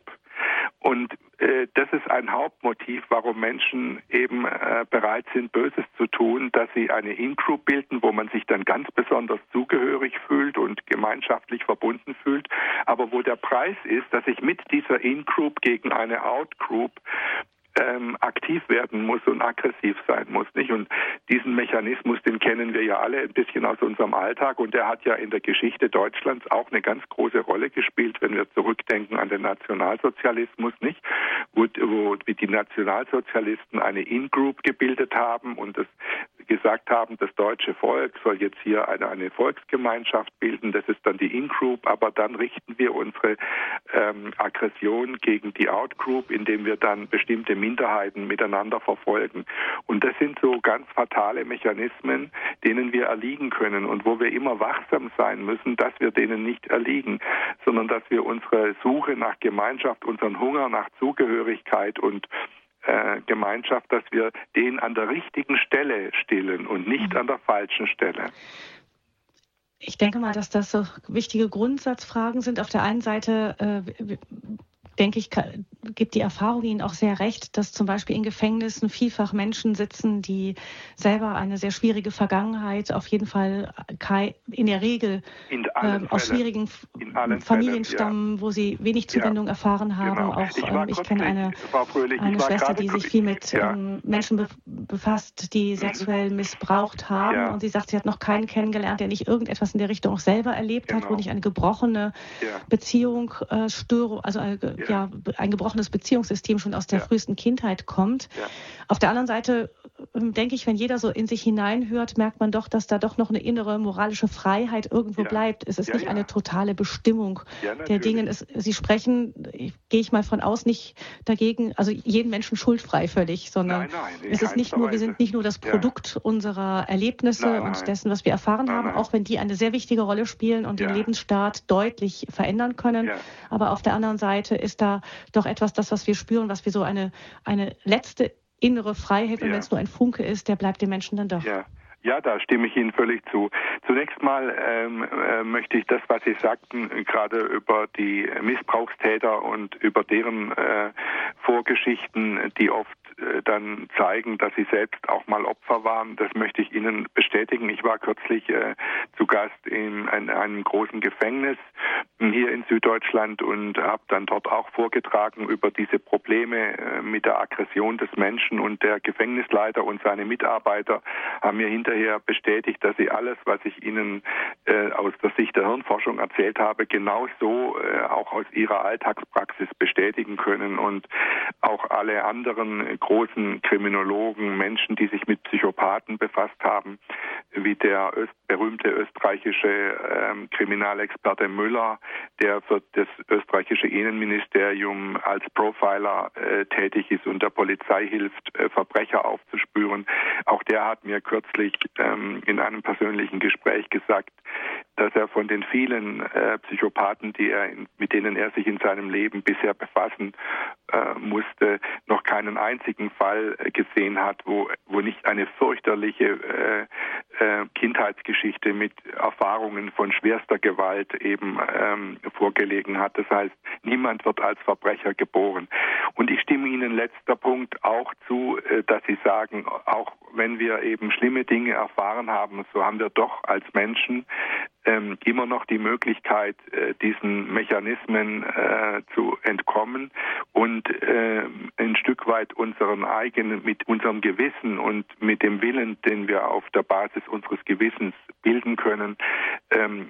Und äh, das ist ein Hauptmotiv, warum Menschen eben äh, bereit sind, Böses zu tun, dass sie eine In-Group bilden, wo man sich dann ganz besonders zugehörig fühlt und gemeinschaftlich verbunden fühlt, aber wo der Preis ist, dass ich mit dieser In-Group gegen eine Out-Group Ähm, aktiv werden muss und aggressiv sein muss, nicht? Und diesen Mechanismus, den kennen wir ja alle ein bisschen aus unserem Alltag und der hat ja in der Geschichte Deutschlands auch eine ganz große Rolle gespielt, wenn wir zurückdenken an den Nationalsozialismus, nicht? Wo, wo die Nationalsozialisten eine In-Group gebildet haben und das gesagt haben, das deutsche Volk soll jetzt hier eine, eine Volksgemeinschaft bilden, das ist dann die In-Group, aber dann richten wir unsere ähm, Aggression gegen die Out-Group, indem wir dann bestimmte Minderheiten miteinander verfolgen. Und das sind so ganz fatale Mechanismen, denen wir erliegen können und wo wir immer wachsam sein müssen, dass wir denen nicht erliegen, sondern dass wir unsere Suche nach Gemeinschaft, unseren Hunger nach Zugehörigkeit und äh, Gemeinschaft, dass wir den an der richtigen Stelle stillen und nicht an der falschen Stelle. Ich denke mal, dass das so wichtige Grundsatzfragen sind. Auf der einen Seite äh, denke ich, gibt die Erfahrung Ihnen auch sehr recht, dass zum Beispiel in Gefängnissen vielfach Menschen sitzen, die selber eine sehr schwierige Vergangenheit, auf jeden Fall in der Regel in äh, aus schwierigen Familien Fällen, stammen, ja. wo sie wenig Zuwendung ja. erfahren haben. Genau. Auch Ich, ähm, ich kenne eine, Fröhlich, eine Schwester, die sich viel mit ja. ähm, Menschen be- befasst, die sexuell missbraucht haben. Ja. Und sie sagt, sie hat noch keinen kennengelernt, der nicht irgendetwas in der Richtung auch selber erlebt genau. hat, wo nicht eine gebrochene ja. Beziehung, äh, Störung, also eine, ja. ja, ein gebrochenes Beziehungssystem schon aus der ja. frühesten Kindheit kommt. Ja. Auf der anderen Seite äh, denke ich, wenn jeder so in sich hineinhört, merkt man doch, dass da doch noch eine innere moralische Freiheit irgendwo ja. bleibt. Es ist ja, nicht ja. eine totale Bestimmung ja, der Dinge. Es, Sie sprechen, gehe ich mal von aus, nicht dagegen, also jeden Menschen schuldfrei völlig, sondern nein, nein, es ist nicht nur, wir sind nicht nur das Produkt ja. unserer Erlebnisse nein, nein. und dessen, was wir erfahren nein, haben, nein. auch wenn die eine sehr wichtige Rolle spielen und ja. den Lebensstart deutlich verändern können. Ja. Aber auf der anderen Seite ist da doch etwas, das, was wir spüren, was wir so eine, eine letzte innere Freiheit, und ja. wenn es nur ein Funke ist, der bleibt den Menschen dann doch. Ja. Ja, da stimme ich Ihnen völlig zu. Zunächst mal ähm, äh, möchte ich das, was Sie sagten, gerade über die Missbrauchstäter und über deren äh, Vorgeschichten, die oft äh, dann zeigen, dass sie selbst auch mal Opfer waren, das möchte ich Ihnen bestätigen. Ich war kürzlich äh, zu Gast in, in einem großen Gefängnis hier in Süddeutschland und habe dann dort auch vorgetragen über diese Probleme äh, mit der Aggression des Menschen, und der Gefängnisleiter und seine Mitarbeiter haben mir hinterher bestätigt, dass sie alles, was ich Ihnen äh, aus der Sicht der Hirnforschung erzählt habe, genauso äh, auch aus ihrer Alltagspraxis bestätigen können, und auch alle anderen großen Kriminologen, Menschen, die sich mit Psychopathen befasst haben, wie der Öst, berühmte österreichische äh, Kriminalexperte Müller, der für das österreichische Innenministerium als Profiler äh, tätig ist und der Polizei hilft, äh, Verbrecher aufzuspüren. Auch der hat mir kürzlich ähm, in einem persönlichen Gespräch gesagt, dass er von den vielen äh, Psychopathen, die er in, mit denen er sich in seinem Leben bisher befassen äh, musste, noch keinen einzigen Fall äh, gesehen hat, wo wo nicht eine fürchterliche äh, äh, Kindheitsgeschichte mit Erfahrungen von schwerster Gewalt eben ähm, vorgelegen hat. Das heißt, niemand wird als Verbrecher geboren. Und ich stimme Ihnen letzter Punkt auch zu, äh, dass Sie sagen, auch wenn wir eben schlimme Dinge erfahren haben, so haben wir doch als Menschen ähm, immer noch die Möglichkeit, äh, diesen Mechanismen äh, zu entkommen und äh, ein Stück weit unseren eigenen, mit unserem Gewissen und mit dem Willen, den wir auf der Basis unseres Gewissens bilden können, ähm,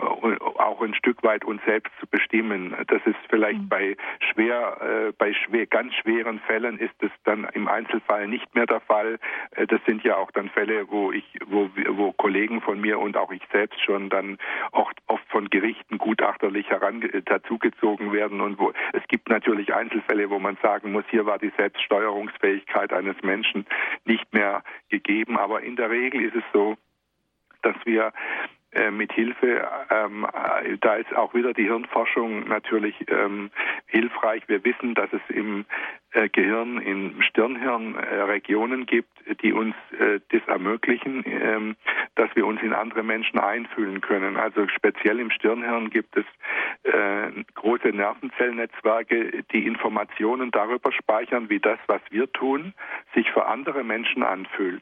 auch ein Stück weit uns selbst zu bestimmen. Das ist vielleicht mhm. bei schwer, äh, bei schwer, ganz schweren Fällen ist es dann im Einzelfall nicht mehr der Fall. Äh, das sind ja auch dann Fälle, wo ich, wo, wo Kollegen von mir und auch ich selbst schon dann oft, oft von Gerichten gutachterlich heran dazugezogen werden, und wo es gibt natürlich Einzelfälle, wo man sagen muss, hier war die Selbststeuerungsfähigkeit eines Menschen nicht mehr gegeben, aber in der Regel ist es so, dass wir äh, mit Hilfe, ähm, äh, da ist auch wieder die Hirnforschung natürlich ähm, hilfreich. Wir wissen, dass es im äh, Gehirn, im Stirnhirn äh, Regionen gibt, die uns äh, das ermöglichen, äh, dass wir uns in andere Menschen einfühlen können. Also speziell im Stirnhirn gibt es äh, große Nervenzellnetzwerke, die Informationen darüber speichern, wie das, was wir tun, sich für andere Menschen anfühlt.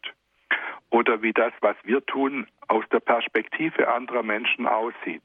Oder wie das, was wir tun, aus der Perspektive anderer Menschen aussieht.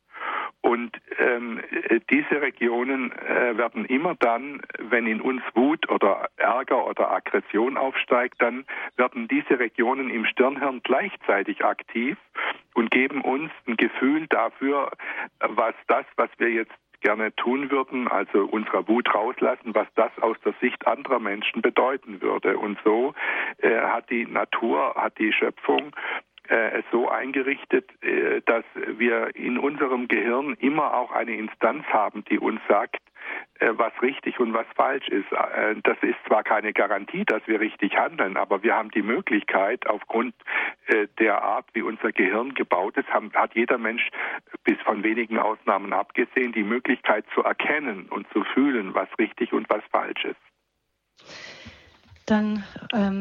Und ähm, diese Regionen äh, werden immer dann, wenn in uns Wut oder Ärger oder Aggression aufsteigt, dann werden diese Regionen im Stirnhirn gleichzeitig aktiv und geben uns ein Gefühl dafür, was das, was wir jetzt gerne tun würden, also unserer Wut rauslassen, was das aus der Sicht anderer Menschen bedeuten würde. Und so äh, hat die Natur, hat die Schöpfung äh, es so eingerichtet, äh, dass wir in unserem Gehirn immer auch eine Instanz haben, die uns sagt, äh, was richtig und was falsch ist. Äh, das ist zwar keine Garantie, dass wir richtig handeln, aber wir haben die Möglichkeit, aufgrund äh, der Art, wie unser Gehirn gebaut ist, haben, hat jeder Mensch bis von wenigen Ausnahmen abgesehen die Möglichkeit zu erkennen und zu fühlen, was richtig und was falsch ist. Dann ähm,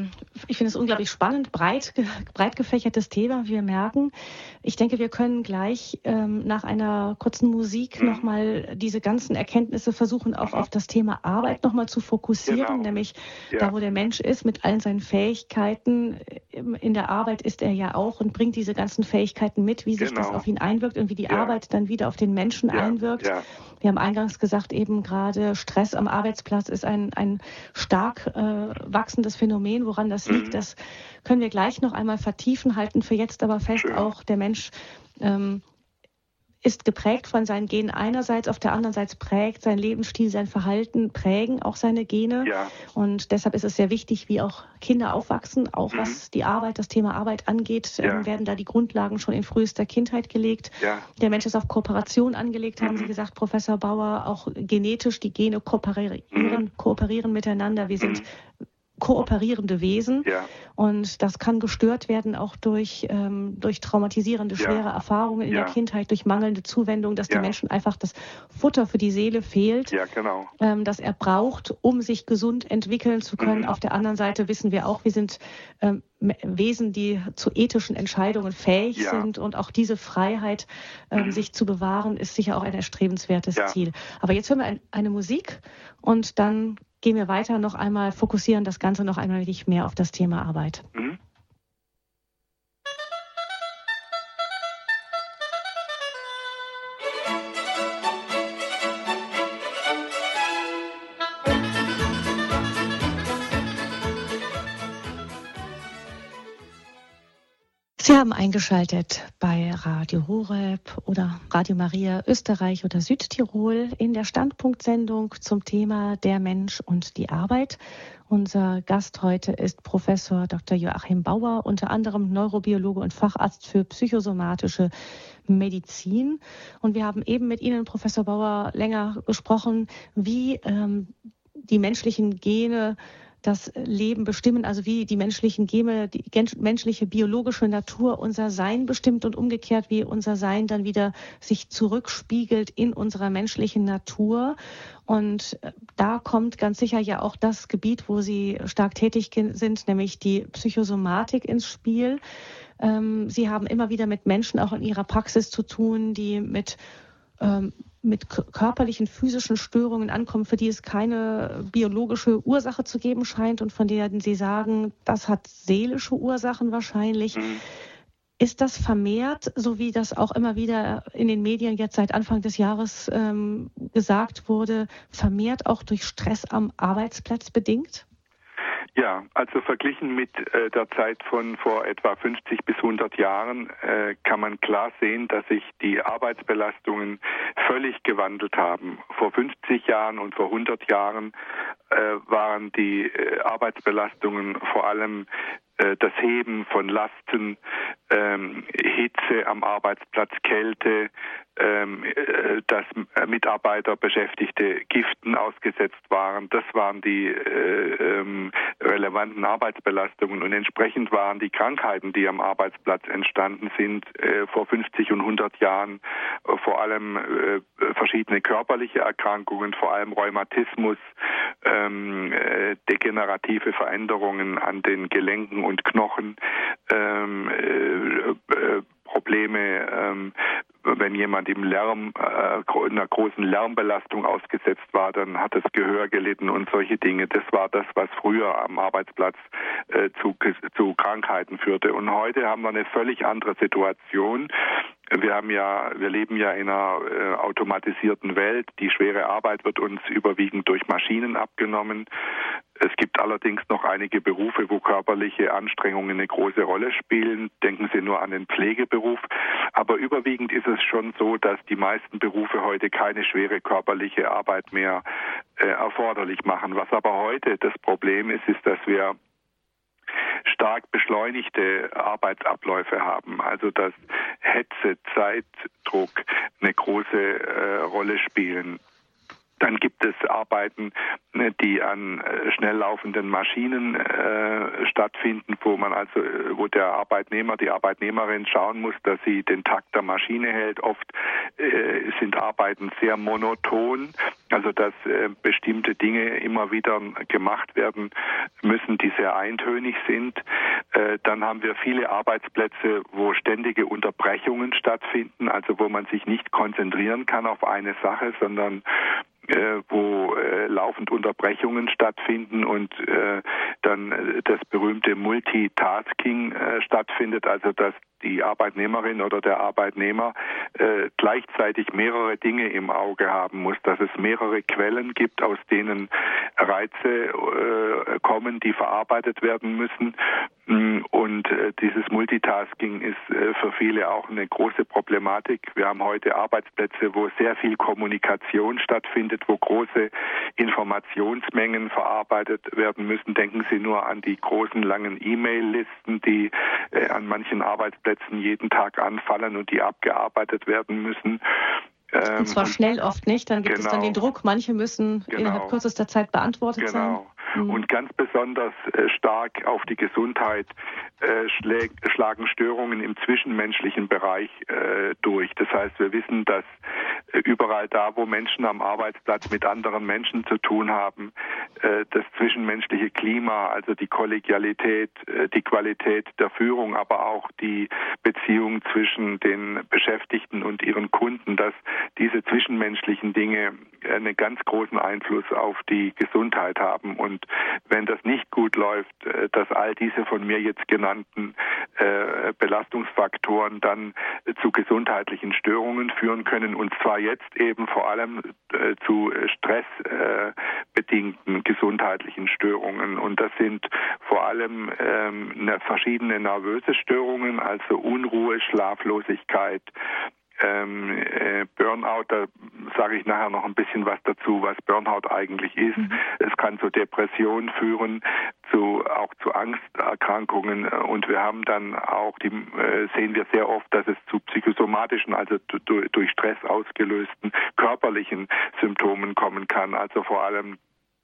ich finde es unglaublich spannend, breit, breit gefächertes Thema. Wir merken, ich denke, wir können gleich ähm, nach einer kurzen Musik mhm. nochmal diese ganzen Erkenntnisse versuchen, auch mhm. auf das Thema Arbeit nochmal zu fokussieren, genau. nämlich ja. da, wo der Mensch ist, mit allen seinen Fähigkeiten. In der Arbeit ist er ja auch und bringt diese ganzen Fähigkeiten mit, wie sich genau. das auf ihn einwirkt und wie die ja. Arbeit dann wieder auf den Menschen ja. einwirkt. Ja. Wir haben eingangs gesagt, eben gerade Stress am Arbeitsplatz ist ein, ein stark äh, wachsendes Phänomen. Woran das liegt, mhm. das können wir gleich noch einmal vertiefen, halten für jetzt aber fest, Schön. auch der Mensch ähm, ist geprägt von seinen Genen einerseits, auf der anderen Seite prägt sein Lebensstil, sein Verhalten, prägen auch seine Gene. Ja. Und deshalb ist es sehr wichtig, wie auch Kinder aufwachsen, auch mhm. was die Arbeit, das Thema Arbeit angeht, ja. ähm, werden da die Grundlagen schon in frühester Kindheit gelegt. Ja. Der Mensch ist auf Kooperation angelegt, haben mhm. Sie gesagt, Professor Bauer, auch genetisch, die Gene kooperieren, mhm. kooperieren miteinander. Wir sind mhm. kooperierende Wesen ja. und das kann gestört werden auch durch, ähm, durch traumatisierende, schwere ja. Erfahrungen in ja. der Kindheit, durch mangelnde Zuwendung, dass ja. dem Menschen einfach das Futter für die Seele fehlt, ja, genau. ähm, das er braucht, um sich gesund entwickeln zu können. Mhm. Auf der anderen Seite wissen wir auch, wir sind ähm, Wesen, die zu ethischen Entscheidungen fähig ja. sind und auch diese Freiheit, ähm, mhm. sich zu bewahren, ist sicher auch ein erstrebenswertes ja. Ziel. Aber jetzt hören wir ein, eine Musik und dann gehen wir weiter, noch einmal fokussieren das Ganze noch einmal wirklich mehr auf das Thema Arbeit. Mhm. Sie haben eingeschaltet bei Radio Horeb oder Radio Maria Österreich oder Südtirol in der Standpunktsendung zum Thema Der Mensch und die Arbeit. Unser Gast heute ist Professor Doktor Joachim Bauer, unter anderem Neurobiologe und Facharzt für psychosomatische Medizin. Und wir haben eben mit Ihnen, Professor Bauer, länger gesprochen, wie ähm, die menschlichen Gene das Leben bestimmen, also wie die menschlichen Gene, die menschliche biologische Natur unser Sein bestimmt und umgekehrt, wie unser Sein dann wieder sich zurückspiegelt in unserer menschlichen Natur. Und da kommt ganz sicher ja auch das Gebiet, wo Sie stark tätig sind, nämlich die Psychosomatik ins Spiel. Sie haben immer wieder mit Menschen auch in Ihrer Praxis zu tun, die mit mit körperlichen, physischen Störungen ankommen, für die es keine biologische Ursache zu geben scheint und von denen Sie sagen, das hat seelische Ursachen wahrscheinlich. Mhm. Ist das vermehrt, so wie das auch immer wieder in den Medien jetzt seit Anfang des Jahres ähm, gesagt wurde, vermehrt auch durch Stress am Arbeitsplatz bedingt? Ja, also verglichen mit äh, der Zeit von vor etwa fünfzig bis hundert Jahren äh, kann man klar sehen, dass sich die Arbeitsbelastungen völlig gewandelt haben. Vor fünfzig Jahren und vor hundert Jahren äh, waren die äh, Arbeitsbelastungen vor allem äh, das Heben von Lasten, ähm, Hitze am Arbeitsplatz, Kälte, ähm, äh, dass Mitarbeiter, Beschäftigte Giften ausgesetzt waren. Das waren die äh, ähm, relevanten Arbeitsbelastungen und entsprechend waren die Krankheiten, die am Arbeitsplatz entstanden sind, äh, vor fünfzig und hundert Jahren äh, vor allem äh, verschiedene körperliche Erkrankungen, vor allem Rheumatismus, ähm, äh, degenerative Veränderungen an den Gelenken und Knochen, ähm, äh, äh, Probleme, ähm, wenn jemand im Lärm, äh, einer großen Lärmbelastung ausgesetzt war, dann hat das Gehör gelitten und solche Dinge. Das war das, was früher am Arbeitsplatz äh, zu, zu Krankheiten führte. Und heute haben wir eine völlig andere Situation. Wir haben ja, wir leben ja in einer äh, automatisierten Welt. Die schwere Arbeit wird uns überwiegend durch Maschinen abgenommen. Es gibt allerdings noch einige Berufe, wo körperliche Anstrengungen eine große Rolle spielen. Denken Sie nur an den Pflegeberuf. Aber überwiegend ist es schon so, dass die meisten Berufe heute keine schwere körperliche Arbeit mehr äh, erforderlich machen. Was aber heute das Problem ist, ist, dass wir stark beschleunigte Arbeitsabläufe haben. Also dass Hetze, Zeitdruck eine große äh, Rolle spielen. Dann gibt es Arbeiten, die an schnell laufenden Maschinen äh, stattfinden, wo man also, wo der Arbeitnehmer, die Arbeitnehmerin schauen muss, dass sie den Takt der Maschine hält. Oft äh, sind Arbeiten sehr monoton, also dass äh, bestimmte Dinge immer wieder gemacht werden müssen, die sehr eintönig sind. Äh, dann haben wir viele Arbeitsplätze, wo ständige Unterbrechungen stattfinden, also wo man sich nicht konzentrieren kann auf eine Sache, sondern Äh, wo äh, laufend Unterbrechungen stattfinden und äh, dann äh, das berühmte Multitasking äh, stattfindet, also dass die Arbeitnehmerin oder der Arbeitnehmer äh, gleichzeitig mehrere Dinge im Auge haben muss, dass es mehrere Quellen gibt, aus denen Reize äh, kommen, die verarbeitet werden müssen. Und äh, dieses Multitasking ist äh, für viele auch eine große Problematik. Wir haben heute Arbeitsplätze, wo sehr viel Kommunikation stattfindet, wo große Informationsmengen verarbeitet werden müssen. Denken Sie nur an die großen, langen E-Mail-Listen, die äh, an manchen Arbeitsplätzen jeden Tag anfallen und die abgearbeitet werden müssen. Ähm, und zwar schnell oft nicht, dann gibt genau. es dann den Druck, manche müssen genau. innerhalb kürzester Zeit beantwortet genau. sein. Genau. Und ganz besonders äh, stark auf die Gesundheit äh, schläg, schlagen Störungen im zwischenmenschlichen Bereich äh, durch. Das heißt, wir wissen, dass äh, überall da, wo Menschen am Arbeitsplatz mit anderen Menschen zu tun haben, äh, das zwischenmenschliche Klima, also die Kollegialität, äh, die Qualität der Führung, aber auch die Beziehung zwischen den Beschäftigten und ihren Kunden, dass diese zwischenmenschlichen Dinge einen ganz großen Einfluss auf die Gesundheit haben. Und wenn das nicht gut läuft, dass all diese von mir jetzt genannten äh, Belastungsfaktoren dann äh, zu gesundheitlichen Störungen führen können, und zwar jetzt eben vor allem äh, zu stressbedingten äh, gesundheitlichen Störungen. Und das sind vor allem ähm, verschiedene nervöse Störungen, also Unruhe, Schlaflosigkeit, Ähm, äh, Burnout, da sage ich nachher noch ein bisschen was dazu, was Burnout eigentlich ist. Mhm. Es kann zu Depressionen führen, zu auch zu Angsterkrankungen, und wir haben dann auch, die äh, sehen wir sehr oft, dass es zu psychosomatischen, also durch, durch Stress ausgelösten körperlichen Symptomen kommen kann, also vor allem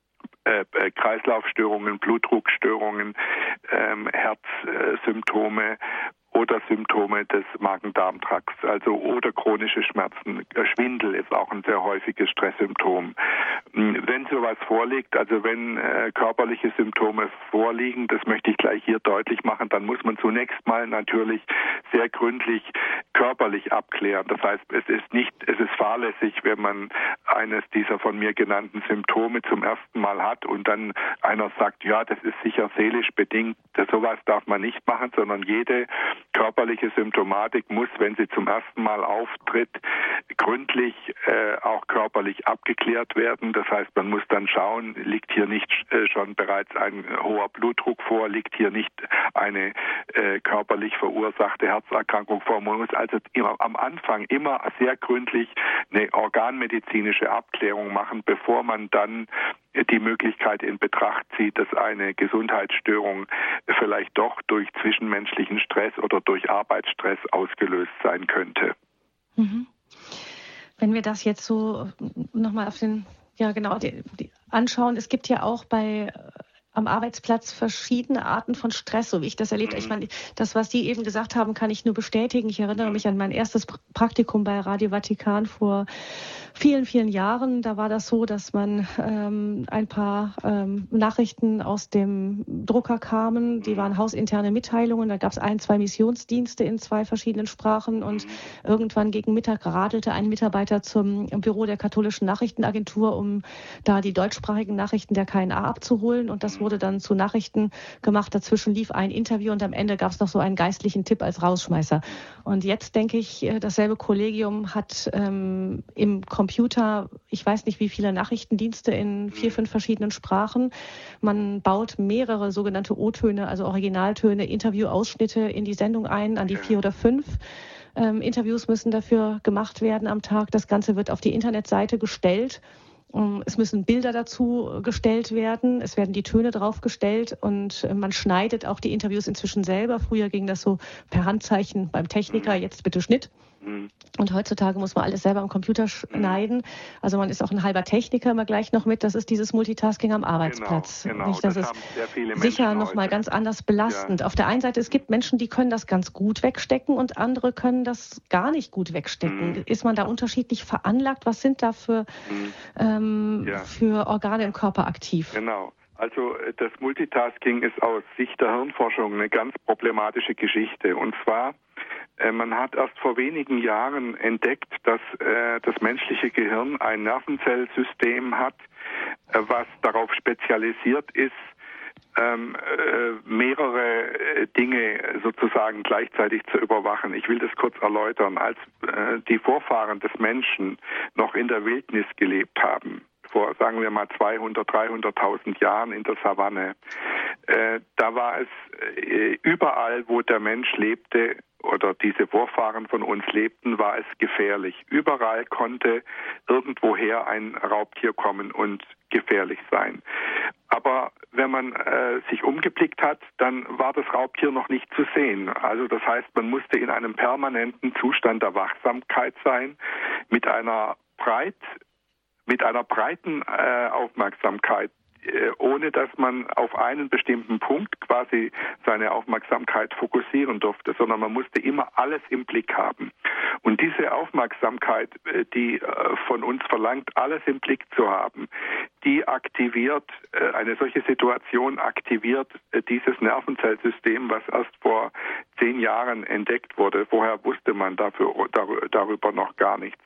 Äh, Kreislaufstörungen, Blutdruckstörungen, ähm, Herzsymptome oder Symptome des Magen-Darm-Trakts, also oder chronische Schmerzen. Schwindel ist auch ein sehr häufiges Stresssymptom. Wenn sowas vorliegt, also wenn äh, körperliche Symptome vorliegen, das möchte ich gleich hier deutlich machen, dann muss man zunächst mal natürlich sehr gründlich körperlich abklären. Das heißt, es ist nicht, es ist fahrlässig, wenn man eines dieser von mir genannten Symptome zum ersten Mal hat und dann einer sagt, ja, das ist sicher seelisch bedingt. Das, sowas darf man nicht machen, sondern jede körperliche Symptomatik muss, wenn sie zum ersten Mal auftritt, gründlich äh, auch körperlich abgeklärt werden. Das heißt, man muss dann schauen, liegt hier nicht äh, schon bereits ein hoher Blutdruck vor, liegt hier nicht eine äh, körperlich verursachte Herzerkrankung vor. Man muss also immer, am Anfang immer sehr gründlich eine organmedizinische Abklärung machen, bevor man dann die Möglichkeit in Betracht zieht, dass eine Gesundheitsstörung vielleicht doch durch zwischenmenschlichen Stress oder durch Arbeitsstress ausgelöst sein könnte. Mhm. Wenn wir das jetzt so nochmal auf den, ja genau, die, die anschauen, es gibt ja auch bei am Arbeitsplatz verschiedene Arten von Stress, so wie ich das erlebt habe. Ich meine, das, was Sie eben gesagt haben, kann ich nur bestätigen. Ich erinnere mich an mein erstes Praktikum bei Radio Vatikan vor vielen, vielen Jahren. Da war das so, dass man ähm, ein paar ähm, Nachrichten aus dem Drucker kamen. Die waren hausinterne Mitteilungen. Da gab es ein, zwei Missionsdienste in zwei verschiedenen Sprachen. Und irgendwann gegen Mittag radelte ein Mitarbeiter zum Büro der katholischen Nachrichtenagentur, um da die deutschsprachigen Nachrichten der K N A abzuholen. Und das wurde dann zu Nachrichten gemacht. Dazwischen lief ein Interview und am Ende gab es noch so einen geistlichen Tipp als Rausschmeißer. Und jetzt denke ich, dasselbe Kollegium hat ähm, im Computer, ich weiß nicht wie viele Nachrichtendienste in vier, fünf verschiedenen Sprachen. Man baut mehrere sogenannte O-Töne, also Originaltöne, Interviewausschnitte in die Sendung ein, an die vier oder fünf. Ähm, Interviews müssen dafür gemacht werden am Tag. Das Ganze wird auf die Internetseite gestellt. Es müssen Bilder dazu gestellt werden, es werden die Töne draufgestellt und man schneidet auch die Interviews inzwischen selber. Früher ging das so per Handzeichen beim Techniker, jetzt bitte Schnitt. Mhm. Und heutzutage muss man alles selber am Computer schneiden. Also man ist auch ein halber Techniker immer gleich noch mit. Das ist dieses Multitasking am Arbeitsplatz. Genau, genau. Das, das haben sehr viele ist sicher noch heute. mal ganz anders belastend. Ja. Auf der einen Seite, es gibt Menschen, die können das ganz gut wegstecken und andere können das gar nicht gut wegstecken. Mhm. Ist man da unterschiedlich veranlagt? Was sind da für, mhm. ähm, ja. für Organe im Körper aktiv? Genau. Also das Multitasking ist aus Sicht der Hirnforschung eine ganz problematische Geschichte. Und zwar, äh, man hat erst vor wenigen Jahren entdeckt, dass äh, das menschliche Gehirn ein Nervenzellsystem hat, äh, was darauf spezialisiert ist, ähm, äh, mehrere äh, Dinge sozusagen gleichzeitig zu überwachen. Ich will das kurz erläutern. Als äh, die Vorfahren des Menschen noch in der Wildnis gelebt haben, vor, sagen wir mal, zweihundert, dreihunderttausend Jahren in der Savanne. Äh, da war es äh, überall, wo der Mensch lebte oder diese Vorfahren von uns lebten, war es gefährlich. Überall konnte irgendwoher ein Raubtier kommen und gefährlich sein. Aber wenn man äh, sich umgeblickt hat, dann war das Raubtier noch nicht zu sehen. Also das heißt, man musste in einem permanenten Zustand der Wachsamkeit sein, mit einer breit mit einer breiten äh, Aufmerksamkeit, äh, ohne dass man auf einen bestimmten Punkt quasi seine Aufmerksamkeit fokussieren durfte, sondern man musste immer alles im Blick haben. Und diese Aufmerksamkeit, äh, die äh, von uns verlangt, alles im Blick zu haben, die aktiviert, äh, eine solche Situation aktiviert äh, dieses Nervenzellsystem, was erst vor zehn Jahren entdeckt wurde. Vorher wusste man dafür, dar, darüber noch gar nichts.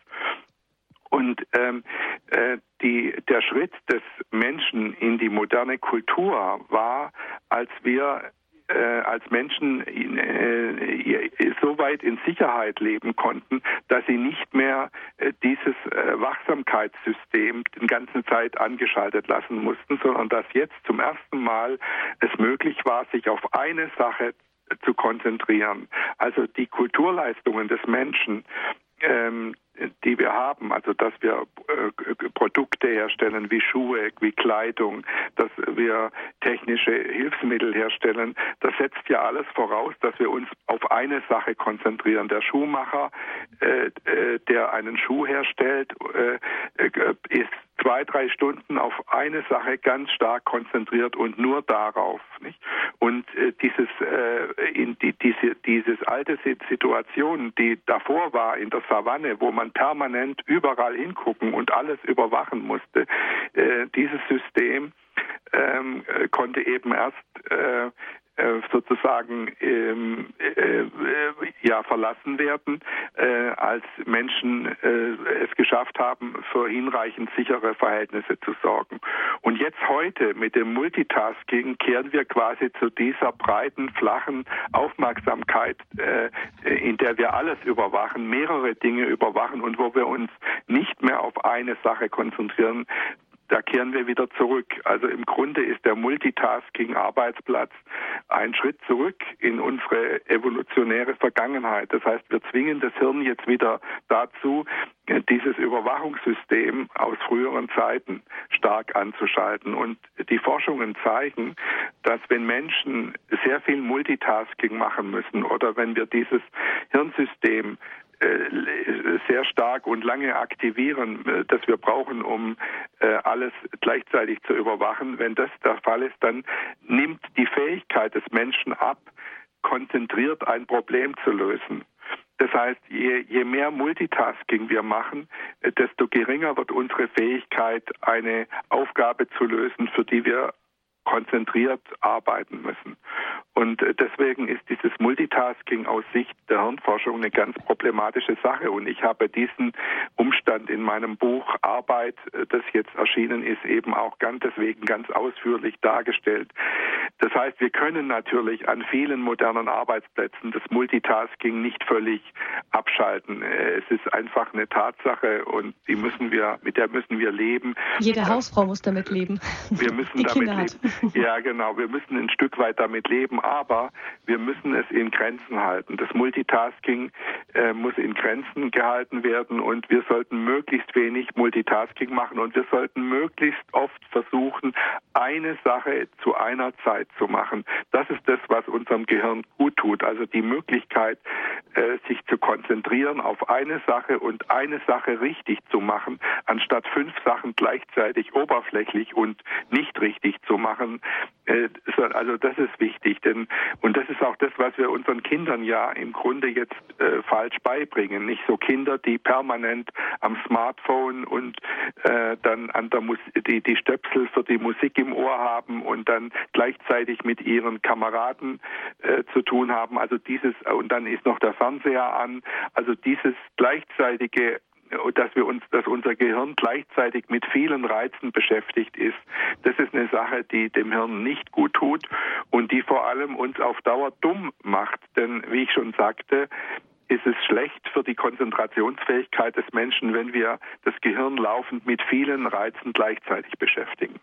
Und ähm, äh, die, der Schritt des Menschen in die moderne Kultur war, als wir äh, als Menschen äh, so weit in Sicherheit leben konnten, dass sie nicht mehr äh, dieses äh, Wachsamkeitssystem die ganze Zeit angeschaltet lassen mussten, sondern dass jetzt zum ersten Mal es möglich war, sich auf eine Sache zu konzentrieren. Also die Kulturleistungen des Menschen, ähm, die wir haben, also dass wir äh, Produkte herstellen wie Schuhe, wie Kleidung, dass wir technische Hilfsmittel herstellen, das setzt ja alles voraus, dass wir uns auf eine Sache konzentrieren. Der Schuhmacher, äh, äh, der einen Schuh herstellt, äh, ist zwei, drei Stunden auf eine Sache ganz stark konzentriert und nur darauf. Nicht? Und äh, dieses, äh, in die, diese, dieses alte Situation, die davor war in der Savanne, wo man permanent überall hingucken und alles überwachen musste, äh, dieses System ähm, konnte eben erst äh, sozusagen ähm, äh, ja verlassen werden, äh, als Menschen äh, es geschafft haben, für hinreichend sichere Verhältnisse zu sorgen. Und jetzt heute mit dem Multitasking kehren wir quasi zu dieser breiten, flachen Aufmerksamkeit, äh, in der wir alles überwachen, mehrere Dinge überwachen und wo wir uns nicht mehr auf eine Sache konzentrieren. Da kehren wir wieder zurück. Also im Grunde ist der Multitasking-Arbeitsplatz ein Schritt zurück in unsere evolutionäre Vergangenheit. Das heißt, wir zwingen das Hirn jetzt wieder dazu, dieses Überwachungssystem aus früheren Zeiten stark anzuschalten. Und die Forschungen zeigen, dass wenn Menschen sehr viel Multitasking machen müssen oder wenn wir dieses Hirnsystem sehr stark und lange aktivieren, das wir brauchen, um alles gleichzeitig zu überwachen. Wenn das der Fall ist, dann nimmt die Fähigkeit des Menschen ab, konzentriert ein Problem zu lösen. Das heißt, je, je mehr Multitasking wir machen, desto geringer wird unsere Fähigkeit, eine Aufgabe zu lösen, für die wir konzentriert arbeiten müssen. Und deswegen ist dieses Multitasking aus Sicht der Hirnforschung eine ganz problematische Sache. Und ich habe diesen Umstand in meinem Buch Arbeit, das jetzt erschienen ist, eben auch ganz deswegen ganz ausführlich dargestellt. Das heißt, wir können natürlich an vielen modernen Arbeitsplätzen das Multitasking nicht völlig abschalten. Es ist einfach eine Tatsache und die müssen wir, mit der müssen wir leben. Jede das, Hausfrau muss damit leben. Wir müssen die damit Kinder leben. Hat. Ja, genau. Wir müssen ein Stück weit damit leben. aber wir müssen es in Grenzen halten. Das Multitasking äh, muss in Grenzen gehalten werden und wir sollten möglichst wenig Multitasking machen und wir sollten möglichst oft versuchen, eine Sache zu einer Zeit zu machen. Das ist das, was unserem Gehirn gut tut. Also die Möglichkeit, äh, sich zu konzentrieren auf eine Sache und eine Sache richtig zu machen, anstatt fünf Sachen gleichzeitig oberflächlich und nicht richtig zu machen. Äh, also das ist wichtig, denn und das ist auch das, was wir unseren Kindern ja im Grunde jetzt äh, falsch beibringen. Nicht so Kinder, die permanent am Smartphone und äh, dann an der Mus- die, die Stöpsel für die Musik im Ohr haben und dann gleichzeitig mit ihren Kameraden äh, zu tun haben. Also dieses, und dann ist noch der Fernseher an. Also dieses gleichzeitige, dass wir uns, dass unser Gehirn gleichzeitig mit vielen Reizen beschäftigt ist, das ist eine Sache, die dem Hirn nicht gut tut und die vor allem uns auf Dauer dumm macht. Denn wie ich schon sagte, ist es schlecht für die Konzentrationsfähigkeit des Menschen, wenn wir das Gehirn laufend mit vielen Reizen gleichzeitig beschäftigen.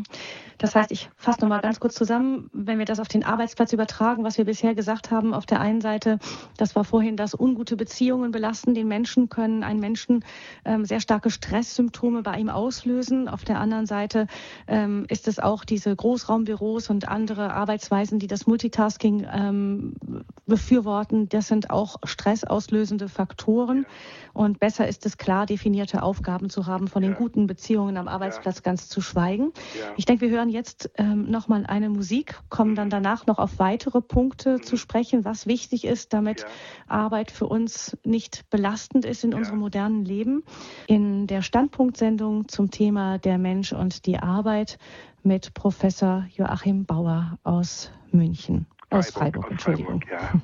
Das heißt, ich fasse nochmal ganz kurz zusammen, wenn wir das auf den Arbeitsplatz übertragen, was wir bisher gesagt haben, auf der einen Seite, das war vorhin, dass ungute Beziehungen belasten den Menschen, können einen Menschen ähm, sehr starke Stresssymptome bei ihm auslösen. Auf der anderen Seite ähm, ist es auch diese Großraumbüros und andere Arbeitsweisen, die das Multitasking ähm, befürworten. Das sind auch stressauslösende Faktoren. Und besser ist es, klar definierte Aufgaben zu haben, von den Ja. guten Beziehungen am Arbeitsplatz ja. ganz zu schweigen. Ja. Ich denke, wir hören jetzt ähm, nochmal eine Musik, kommen dann danach noch auf weitere Punkte mhm. zu sprechen, was wichtig ist, damit ja. Arbeit für uns nicht belastend ist in ja. unserem modernen Leben. In der Standpunktsendung zum Thema der Mensch und die Arbeit mit Professor Joachim Bauer aus München. Freiburg, aus Freiburg, aus Entschuldigung. Freiburg, ja.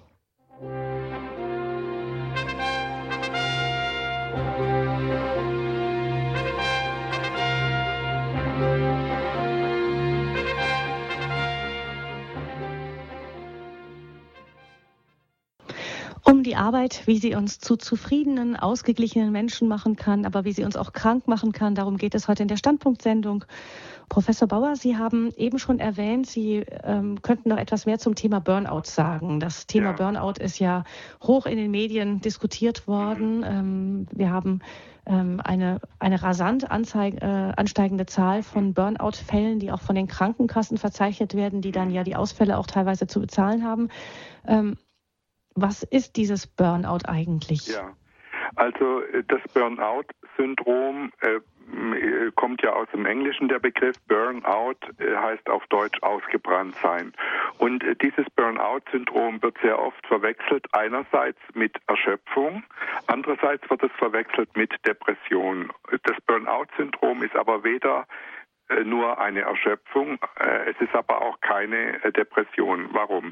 Um die Arbeit, wie sie uns zu zufriedenen, ausgeglichenen Menschen machen kann, aber wie sie uns auch krank machen kann, darum geht es heute in der Standpunktsendung. Professor Bauer, Sie haben eben schon erwähnt, Sie ähm, könnten noch etwas mehr zum Thema Burnout sagen. Das Thema ja. Burnout ist ja hoch in den Medien diskutiert worden. Ähm, wir haben ähm, eine, eine rasant anzeig, äh, ansteigende Zahl von Burnout-Fällen, die auch von den Krankenkassen verzeichnet werden, die dann ja die Ausfälle auch teilweise zu bezahlen haben. Ähm, Was ist dieses Burnout eigentlich? Ja, also das Burnout-Syndrom äh, kommt ja aus dem Englischen, der Begriff. Burnout äh, heißt auf Deutsch ausgebrannt sein. Und äh, dieses Burnout-Syndrom wird sehr oft verwechselt, einerseits mit Erschöpfung, andererseits wird es verwechselt mit Depression. Das Burnout-Syndrom ist aber weder nur eine Erschöpfung, es ist aber auch keine Depression. Warum?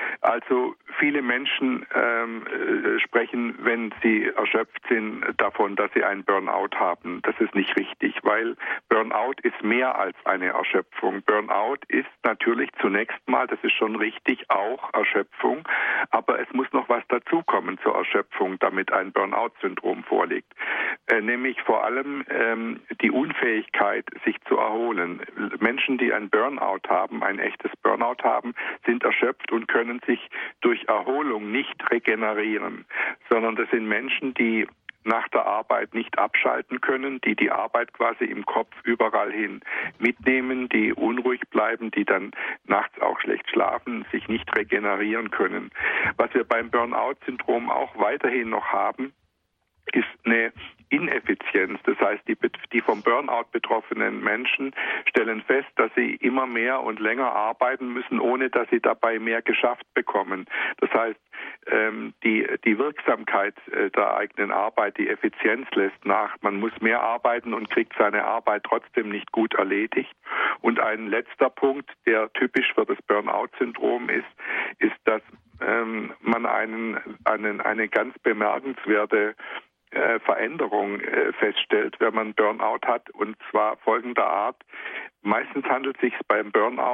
Also viele Menschen ähm, sprechen, wenn sie erschöpft sind, davon, dass sie einen Burnout haben. Das ist nicht richtig, weil Burnout ist mehr als eine Erschöpfung. Burnout ist natürlich zunächst mal, das ist schon richtig, auch Erschöpfung, aber es muss noch was dazukommen zur Erschöpfung, damit ein Burnout-Syndrom vorliegt. Äh, nämlich vor allem ähm, die Unfähigkeit, sich zu erholen. Menschen, die ein Burnout haben, ein echtes Burnout haben, sind erschöpft und können sich durch Erholung nicht regenerieren, sondern das sind Menschen, die nach der Arbeit nicht abschalten können, die die Arbeit quasi im Kopf überall hin mitnehmen, die unruhig bleiben, die dann nachts auch schlecht schlafen, sich nicht regenerieren können. Was wir beim Burnout-Syndrom auch weiterhin noch haben, ist eine Ineffizienz. Das heißt, die, die vom Burnout betroffenen Menschen stellen fest, dass sie immer mehr und länger arbeiten müssen, ohne dass sie dabei mehr geschafft bekommen. Das heißt, ähm, die, die Wirksamkeit äh, der eigenen Arbeit, die Effizienz lässt nach. Man muss mehr arbeiten und kriegt seine Arbeit trotzdem nicht gut erledigt. Und ein letzter Punkt, der typisch für das Burnout-Syndrom ist, ist, dass ähm, man einen, einen, eine ganz bemerkenswerte Veränderung feststellt, wenn man Burnout hat, und zwar folgender Art. Meistens handelt es sich beim Burnout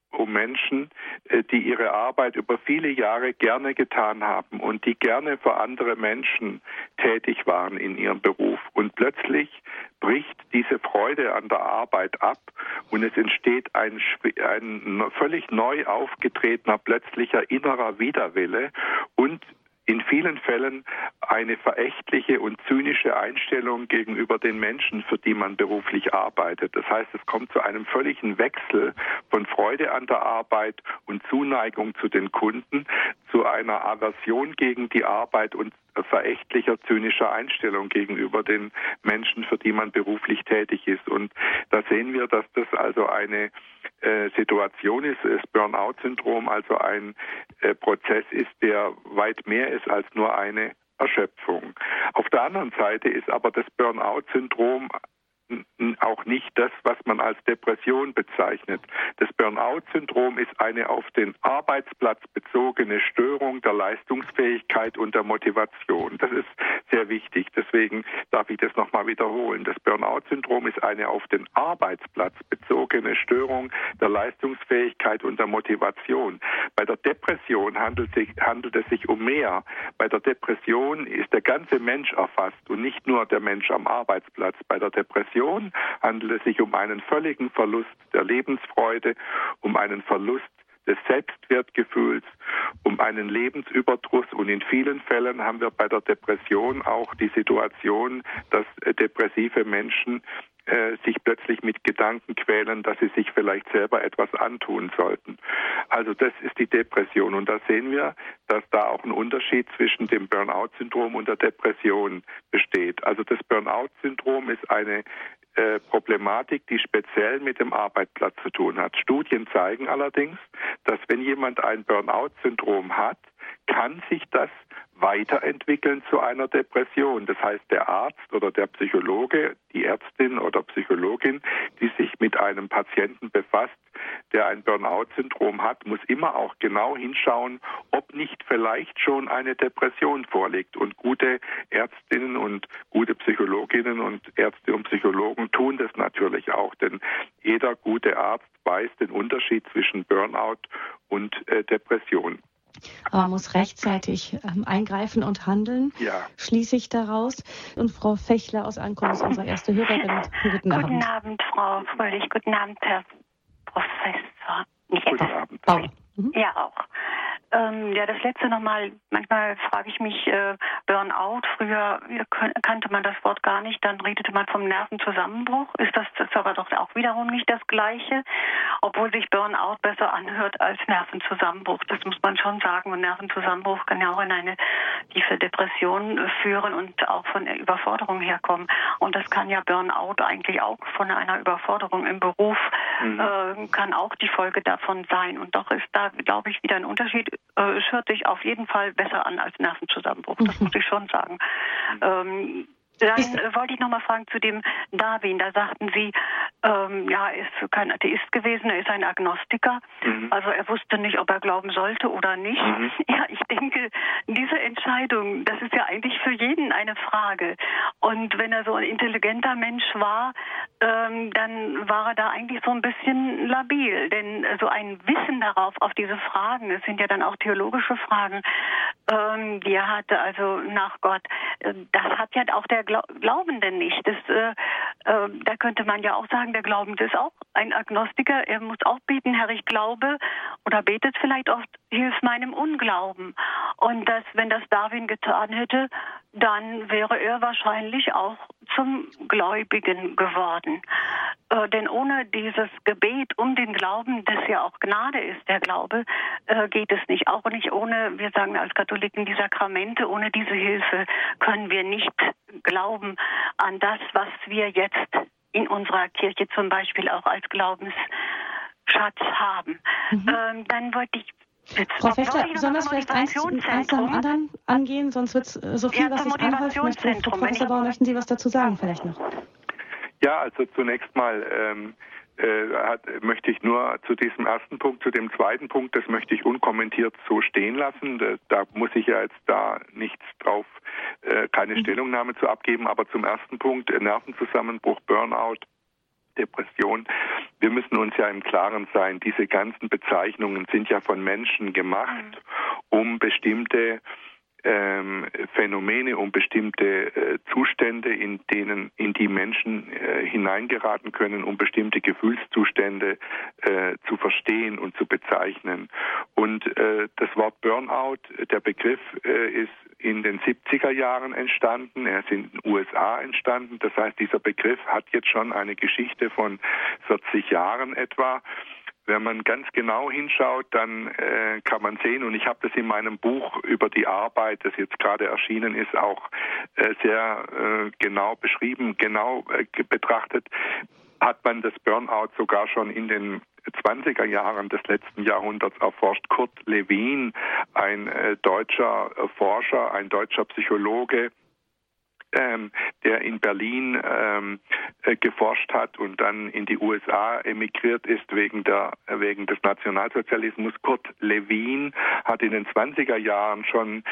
um Menschen, die ihre Arbeit über viele Jahre gerne getan haben und die gerne für andere Menschen tätig waren in ihrem Beruf. Und plötzlich bricht diese Freude an der Arbeit ab und es entsteht ein, ein völlig neu aufgetretener, plötzlicher innerer Widerwille und in vielen Fällen eine verächtliche und zynische Einstellung gegenüber den Menschen, für die man beruflich arbeitet. Das heißt, es kommt zu einem völligen Wechsel von Freude an der Arbeit und Zuneigung zu den Kunden, zu einer Aversion gegen die Arbeit und verächtlicher, zynischer Einstellung gegenüber den Menschen, für die man beruflich tätig ist. Und da sehen wir, dass das also eine äh, Situation ist, das Burnout-Syndrom, also ein äh, Prozess ist, der weit mehr ist als nur eine Erschöpfung. Auf der anderen Seite ist aber das Burnout-Syndrom auch nicht das, was man als Depression bezeichnet. Das Burnout-Syndrom ist eine auf den Arbeitsplatz bezogene Störung der Leistungsfähigkeit und der Motivation. Das ist sehr wichtig. Deswegen darf ich das nochmal wiederholen. Das Burnout-Syndrom ist eine auf den Arbeitsplatz bezogene Störung der Leistungsfähigkeit und der Motivation. Bei der Depression handelt, sich, handelt es sich um mehr. Bei der Depression ist der ganze Mensch erfasst und nicht nur der Mensch am Arbeitsplatz. Bei der Depression handelt es sich um einen völligen Verlust der Lebensfreude, um einen Verlust des Selbstwertgefühls, um einen Lebensüberdruss. Und in vielen Fällen haben wir bei der Depression auch die Situation, dass äh, depressive Menschen äh, sich plötzlich mit Gedanken quälen, dass sie sich vielleicht selber etwas antun sollten. Also das ist die Depression. Und da sehen wir, dass da auch ein Unterschied zwischen dem Burnout-Syndrom und der Depression besteht. Also das Burnout-Syndrom ist eine äh, Problematik, die speziell mit dem Arbeitsplatz zu tun hat. Studien zeigen allerdings, dass wenn jemand ein Burnout-Syndrom hat, kann sich das weiterentwickeln zu einer Depression. Das heißt, der Arzt oder der Psychologe, die Ärztin oder Psychologin, die sich mit einem Patienten befasst, der ein Burnout-Syndrom hat, muss immer auch genau hinschauen, ob nicht vielleicht schon eine Depression vorliegt. Und gute Ärztinnen und gute Psychologinnen und Ärzte und Psychologen tun das natürlich auch, denn jeder gute Arzt weiß den Unterschied zwischen Burnout und äh, Depression. Aber man muss rechtzeitig ähm, eingreifen und handeln, ja. Schließe ich daraus. Und Frau Fechler aus Ancon ist unsere erste Hörerin. Guten Abend. Guten Abend, Frau Fröhlich. Guten Abend, Herr Professor. Nicht Guten Abend. Oh. Mhm. Ja, auch. Ähm, ja, das letzte nochmal, manchmal frage ich mich, äh, Burnout, früher kannte man das Wort gar nicht, dann redete man vom Nervenzusammenbruch. Ist das, das ist aber doch auch wiederum nicht das Gleiche, obwohl sich Burnout besser anhört als Nervenzusammenbruch. Das muss man schon sagen. Und Nervenzusammenbruch kann ja auch in eine tiefe Depression führen und auch von der Überforderung herkommen. Und das kann ja Burnout eigentlich auch von einer Überforderung im Beruf, mhm. äh, kann auch die Folge davon sein. Und doch ist da, glaube ich, wieder ein Unterschied. Es hört sich auf jeden Fall besser an als Nervenzusammenbruch, das muss ich schon sagen. Ähm, dann äh, wollte ich noch mal fragen zu dem Darwin. Da sagten Sie, ähm, ja, er ist kein Atheist gewesen, er ist ein Agnostiker. Mhm. Also er wusste nicht, ob er glauben sollte oder nicht. Mhm. Ja, ich denke, diese Entscheidung, das ist ja eigentlich für jeden eine Frage. Und wenn er so ein intelligenter Mensch war, ähm, dann war er da eigentlich so ein bisschen labil. Denn so ein Wissen darauf, auf diese Fragen, es sind ja dann auch theologische Fragen, ähm, die er hatte, also nach Gott, das hat ja auch der Glaubende nicht. Das, äh, äh, da könnte man ja auch sagen, der Glaubende ist auch ein Agnostiker. Er muss auch beten, Herr, ich glaube, oder betet vielleicht oft, hilf meinem Unglauben. Und das, wenn das Darwin getan hätte, dann wäre er wahrscheinlich auch zum Gläubigen geworden. Äh, denn ohne dieses Gebet um den Glauben, das ja auch Gnade ist, der Glaube, äh, geht es nicht. Auch nicht ohne, wir sagen als Katholiken, die Sakramente, ohne diese Hilfe können wir nicht glauben an das, was wir jetzt in unserer Kirche zum Beispiel auch als Glaubensschatz haben. Mhm. Ähm, dann wollte ich Jetzt Frau Fechler, sollen wir es vielleicht eins, eins nach dem anderen angehen? Sonst wird es so viel, ja, was sich anhäuft. Frau Professor Bauer, möchten Sie was dazu sagen vielleicht noch? Ja, also zunächst mal ähm, äh, hat, möchte ich nur zu diesem ersten Punkt, zu dem zweiten Punkt, das möchte ich unkommentiert so stehen lassen. Da, da muss ich ja jetzt da nichts drauf, äh, keine mhm. Stellungnahme zu abgeben. Aber zum ersten Punkt, Nervenzusammenbruch, Burnout, Depression. Wir müssen uns ja im Klaren sein, diese ganzen Bezeichnungen sind ja von Menschen gemacht, um bestimmte Ähm, Phänomene, um bestimmte äh, Zustände, in denen in die Menschen äh, hineingeraten können, um bestimmte Gefühlszustände äh, zu verstehen und zu bezeichnen. Und äh, das Wort Burnout, der Begriff äh, ist in den siebziger Jahren entstanden, er ist in den U S A entstanden. Das heißt, dieser Begriff hat jetzt schon eine Geschichte von vierzig Jahren etwa. Wenn man ganz genau hinschaut, dann äh, kann man sehen, und ich habe das in meinem Buch über die Arbeit, das jetzt gerade erschienen ist, auch äh, sehr äh, genau beschrieben, genau äh, betrachtet, hat man das Burnout sogar schon in den zwanziger Jahren des letzten Jahrhunderts erforscht. Kurt Lewin, ein äh, deutscher äh, Forscher, ein deutscher Psychologe, Ähm, der in Berlin ähm, äh, geforscht hat und dann in die U S A emigriert ist wegen der wegen des Nationalsozialismus. Kurt Lewin hat in den zwanziger Jahren schon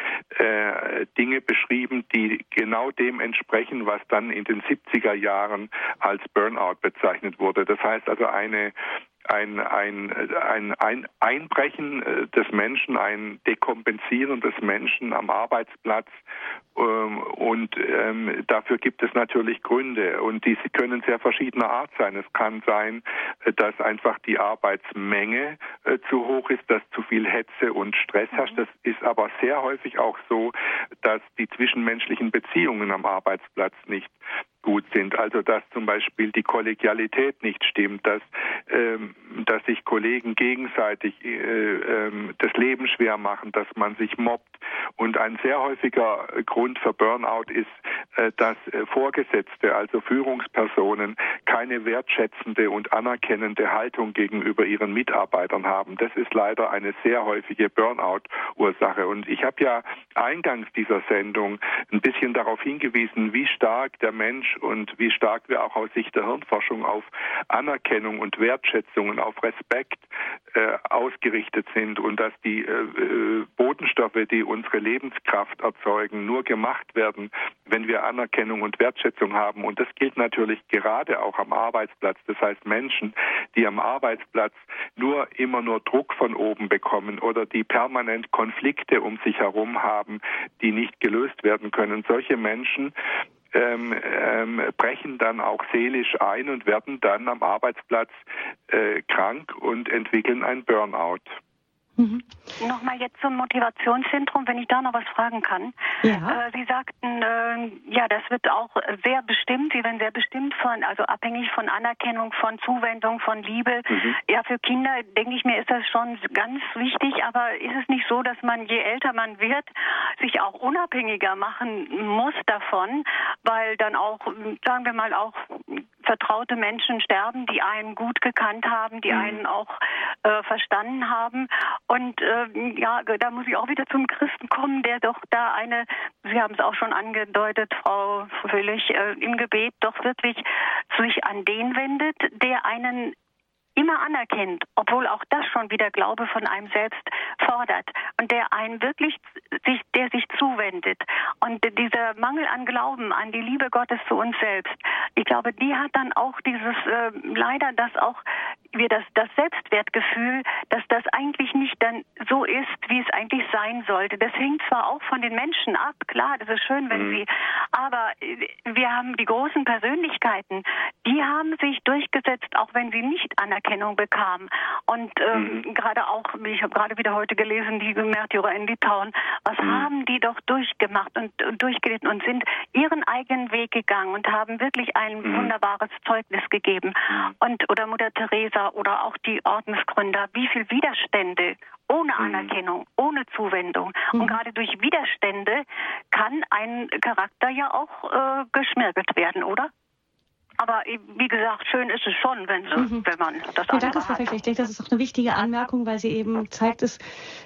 äh, Dinge beschrieben, die genau dem entsprechen, was dann in den siebziger Jahren als Burnout bezeichnet wurde. Das heißt also eine Ein, ein, ein, ein Einbrechen des Menschen, ein Dekompensieren des Menschen am Arbeitsplatz, ähm, und ähm, dafür gibt es natürlich Gründe und die können sehr verschiedener Art sein. Es kann sein, dass einfach die Arbeitsmenge äh, zu hoch ist, dass zu viel Hetze und Stress herrscht. Das ist aber sehr häufig auch so, dass die zwischenmenschlichen Beziehungen am Arbeitsplatz nicht gut sind. Also dass zum Beispiel die Kollegialität nicht stimmt, dass, ähm, dass sich Kollegen gegenseitig äh, ähm, das Leben schwer machen, dass man sich mobbt. Und ein sehr häufiger Grund für Burnout ist, äh, dass äh, Vorgesetzte, also Führungspersonen, keine wertschätzende und anerkennende Haltung gegenüber ihren Mitarbeitern haben. Das ist leider eine sehr häufige Burnout-Ursache. Und ich habe ja eingangs dieser Sendung ein bisschen darauf hingewiesen, wie stark der Mensch und wie stark wir auch aus Sicht der Hirnforschung auf Anerkennung und Wertschätzung und auf Respekt äh, ausgerichtet sind und dass die äh, Botenstoffe, die unsere Lebenskraft erzeugen, nur gemacht werden, wenn wir Anerkennung und Wertschätzung haben. Und das gilt natürlich gerade auch am Arbeitsplatz. Das heißt, Menschen, die am Arbeitsplatz nur immer nur Druck von oben bekommen oder die permanent Konflikte um sich herum haben, die nicht gelöst werden können, solche Menschen Ähm, ähm, brechen dann auch seelisch ein und werden dann am Arbeitsplatz äh, krank und entwickeln ein Burnout. Mhm. Nochmal jetzt zum Motivationszentrum, wenn ich da noch was fragen kann. Ja. Äh, Sie sagten, äh, ja, das wird auch sehr bestimmt, Sie werden sehr bestimmt von, also abhängig von Anerkennung, von Zuwendung, von Liebe. Mhm. Ja, für Kinder, denke ich mir, ist das schon ganz wichtig, aber ist es nicht so, dass man, je älter man wird, sich auch unabhängiger machen muss davon, weil dann auch, sagen wir mal, auch vertraute Menschen sterben, die einen gut gekannt haben, die mhm. einen auch äh, verstanden haben. Und äh, ja, da muss ich auch wieder zum Christen kommen, der doch da eine, Sie haben es auch schon angedeutet, Frau Fröhlich, äh, im Gebet doch wirklich sich an den wendet, der einen immer anerkennt, obwohl auch das schon wieder Glaube von einem selbst fordert und der einen wirklich sich, der sich zuwendet. Und dieser Mangel an Glauben, an die Liebe Gottes zu uns selbst, ich glaube, die hat dann auch dieses, äh, leider, dass auch wir das, das Selbstwertgefühl, dass das eigentlich nicht dann so ist, wie es eigentlich sein sollte. Das hängt zwar auch von den Menschen ab, klar, das ist schön, wenn mhm. sie, aber wir haben die großen Persönlichkeiten, die haben sich durchgesetzt, auch wenn sie nicht Anerkennung bekamen. Und ähm, mhm. gerade auch, ich habe gerade wieder heute gelesen, die Märtyrer in Litauen, was mhm. haben die doch durchgemacht und, und durchgelitten und sind ihren eigenen Weg gegangen und haben wirklich ein mhm. wunderbares Zeugnis gegeben. Mhm. Und oder Mutter Teresa oder auch die Ordensgründer, wie viel Widerstände ohne Anerkennung, ohne Zuwendung. Mhm. Und gerade durch Widerstände kann ein Charakter ja auch äh, geschmirgelt werden, oder? Aber wie gesagt, schön ist es schon, wenn, mhm. wenn man das ja, danke, Frau Fechler. Ich denke, das ist auch eine wichtige Anmerkung, weil sie eben zeigt, es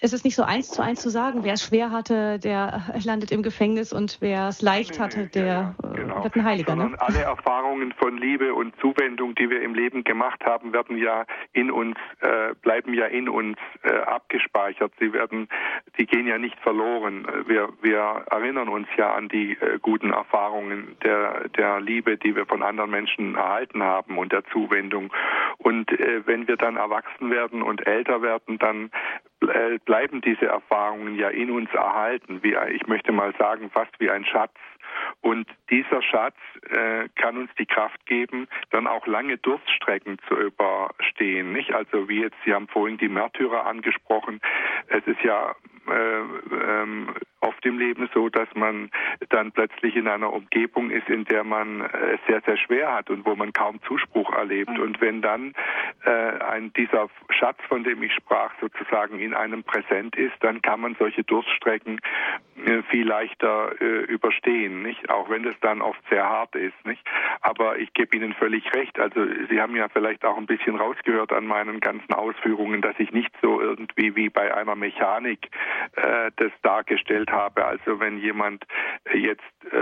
es ist nicht so eins zu eins zu sagen, wer es schwer hatte, der landet im Gefängnis und wer es leicht hatte, der ja, ja, genau. wird ein Heiliger. Sondern ne? alle Erfahrungen von Liebe und Zuwendung, die wir im Leben gemacht haben, werden ja in uns, äh, bleiben ja in uns äh, abgespeichert. Sie werden, die gehen ja nicht verloren. Wir, wir erinnern uns ja an die äh, guten Erfahrungen der, der Liebe, die wir von anderen Menschen erhalten haben und der Zuwendung. Und äh, wenn wir dann erwachsen werden und älter werden, dann äh, bleiben diese Erfahrungen ja in uns erhalten, wie, ich möchte mal sagen, fast wie ein Schatz. Und dieser Schatz äh, kann uns die Kraft geben, dann auch lange Durststrecken zu überstehen. Nicht? Also wie jetzt, Sie haben vorhin die Märtyrer angesprochen. Es ist ja äh, ähm, oft im Leben so, dass man dann plötzlich in einer Umgebung ist, in der man es sehr, sehr schwer hat und wo man kaum Zuspruch erlebt. Und wenn dann äh, ein, dieser Schatz, von dem ich sprach, sozusagen in einem präsent ist, dann kann man solche Durststrecken äh, viel leichter äh, überstehen, nicht? Auch wenn das dann oft sehr hart ist, nicht? Aber ich gebe Ihnen völlig recht. Also Sie haben ja vielleicht auch ein bisschen rausgehört an meinen ganzen Ausführungen, dass ich nicht so irgendwie wie bei einer Mechanik äh, das dargestellt habe. Also wenn jemand jetzt äh,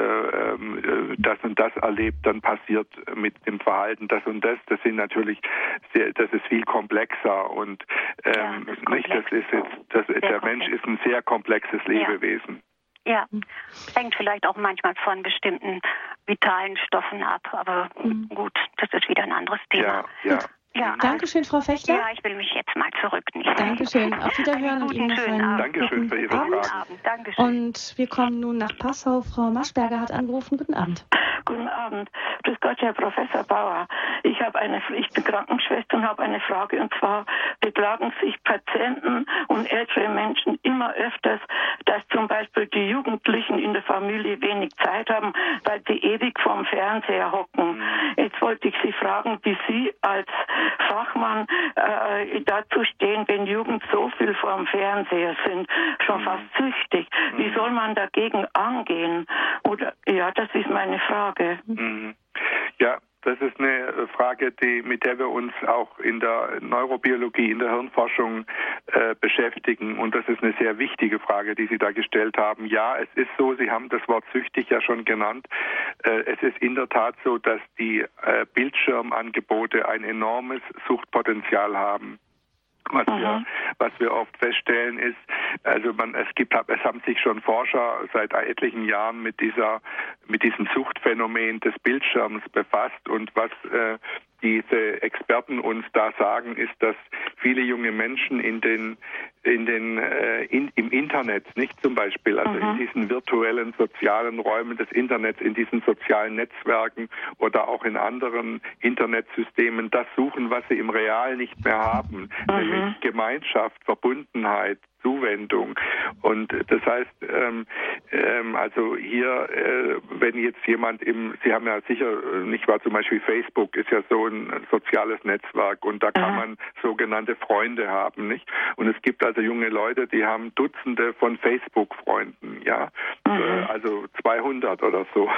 äh, das und das erlebt, dann passiert mit dem Verhalten das und das. Das sind natürlich sehr, das ist viel komplexer und ähm, ja, das nicht, das ist jetzt, das, der komplex. Mensch ist ein sehr komplexes Lebewesen. Ja, hängt vielleicht auch manchmal von bestimmten vitalen Stoffen ab, aber mhm. gut, das ist wieder ein anderes Thema. Ja, ja. Ja, Dankeschön, Frau Fechter. Ja, ich will mich jetzt mal zurücknehmen. Dankeschön. Auf Wiederhören und Ihnen noch einen Abend. Dankeschön für Ihre Abend. Fragen. Dankeschön. Und wir kommen nun nach Passau. Frau Maschberger hat angerufen. Guten Abend. Guten Abend. Grüß Gott, Herr Professor Bauer. Ich habe eine, ich bin Krankenschwester und habe eine Frage, und zwar beklagen sich Patienten und ältere Menschen immer öfters, dass zum Beispiel die Jugendlichen in der Familie wenig Zeit haben, weil sie ewig vorm Fernseher hocken. Jetzt wollte ich Sie fragen, wie Sie als Fachmann äh, dazu stehen, wenn Jugend so viel vorm Fernseher sind, schon fast süchtig. Wie soll man dagegen angehen? Oder ja, das ist meine Frage. Mhm. Ja, das ist eine Frage, die, mit der wir uns auch in der Neurobiologie, in der Hirnforschung äh, beschäftigen. Und das ist eine sehr wichtige Frage, die Sie da gestellt haben. Ja, es ist so, Sie haben das Wort süchtig ja schon genannt. Äh, es ist in der Tat so, dass die äh, Bildschirmangebote ein enormes Suchtpotenzial haben. Was wir, was wir oft feststellen ist, also man, es gibt, es haben sich schon Forscher seit etlichen Jahren mit dieser, mit diesem Suchtphänomen des Bildschirms befasst, und was äh, diese Experten uns da sagen, ist, dass viele junge Menschen in den, in den, äh, in, im Internet, nicht zum Beispiel, also mhm. in diesen virtuellen sozialen Räumen des Internets, in diesen sozialen Netzwerken oder auch in anderen Internetsystemen, das suchen, was sie im Real nicht mehr haben, mhm. nämlich Gemeinschaft, Verbundenheit, Zuwendung. Und das heißt, ähm, ähm, also hier, äh, wenn jetzt jemand im, Sie haben ja sicher, nicht wahr, zum Beispiel Facebook ist ja so ein soziales Netzwerk, und da kann man sogenannte Freunde haben, nicht? Und es gibt also junge Leute, die haben Dutzende von Facebook-Freunden, ja, mhm. äh, also zweihundert oder so.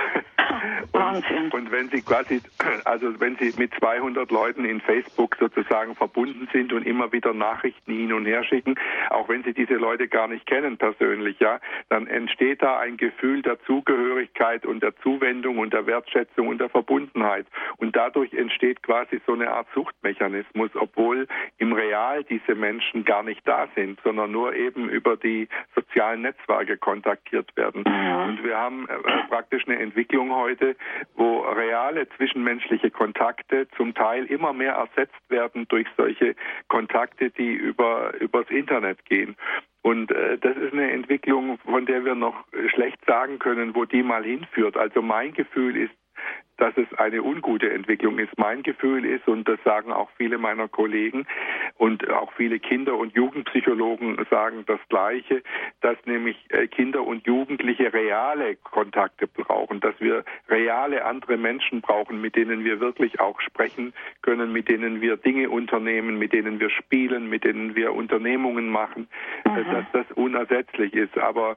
Und, und wenn Sie quasi, also wenn Sie mit zweihundert Leuten in Facebook sozusagen verbunden sind und immer wieder Nachrichten hin und her schicken, auch wenn Sie diese Leute gar nicht kennen persönlich, ja, dann entsteht da ein Gefühl der Zugehörigkeit und der Zuwendung und der Wertschätzung und der Verbundenheit. Und dadurch entsteht quasi so eine Art Suchtmechanismus, obwohl im Real diese Menschen gar nicht da sind, sondern nur eben über die sozialen Netzwerke kontaktiert werden. Und wir haben äh, praktisch eine Entwicklung heute, wo reale zwischenmenschliche Kontakte zum Teil immer mehr ersetzt werden durch solche Kontakte, die über übers Internet gehen. Und äh, das ist eine Entwicklung, von der wir noch schlecht sagen können, wo die mal hinführt. Also mein Gefühl ist, dass es eine ungute Entwicklung ist. Mein Gefühl ist, und das sagen auch viele meiner Kollegen und auch viele Kinder- und Jugendpsychologen sagen das Gleiche, dass nämlich Kinder und Jugendliche reale Kontakte brauchen, dass wir reale andere Menschen brauchen, mit denen wir wirklich auch sprechen können, mit denen wir Dinge unternehmen, mit denen wir spielen, mit denen wir Unternehmungen machen, mhm. dass das unersetzlich ist. Aber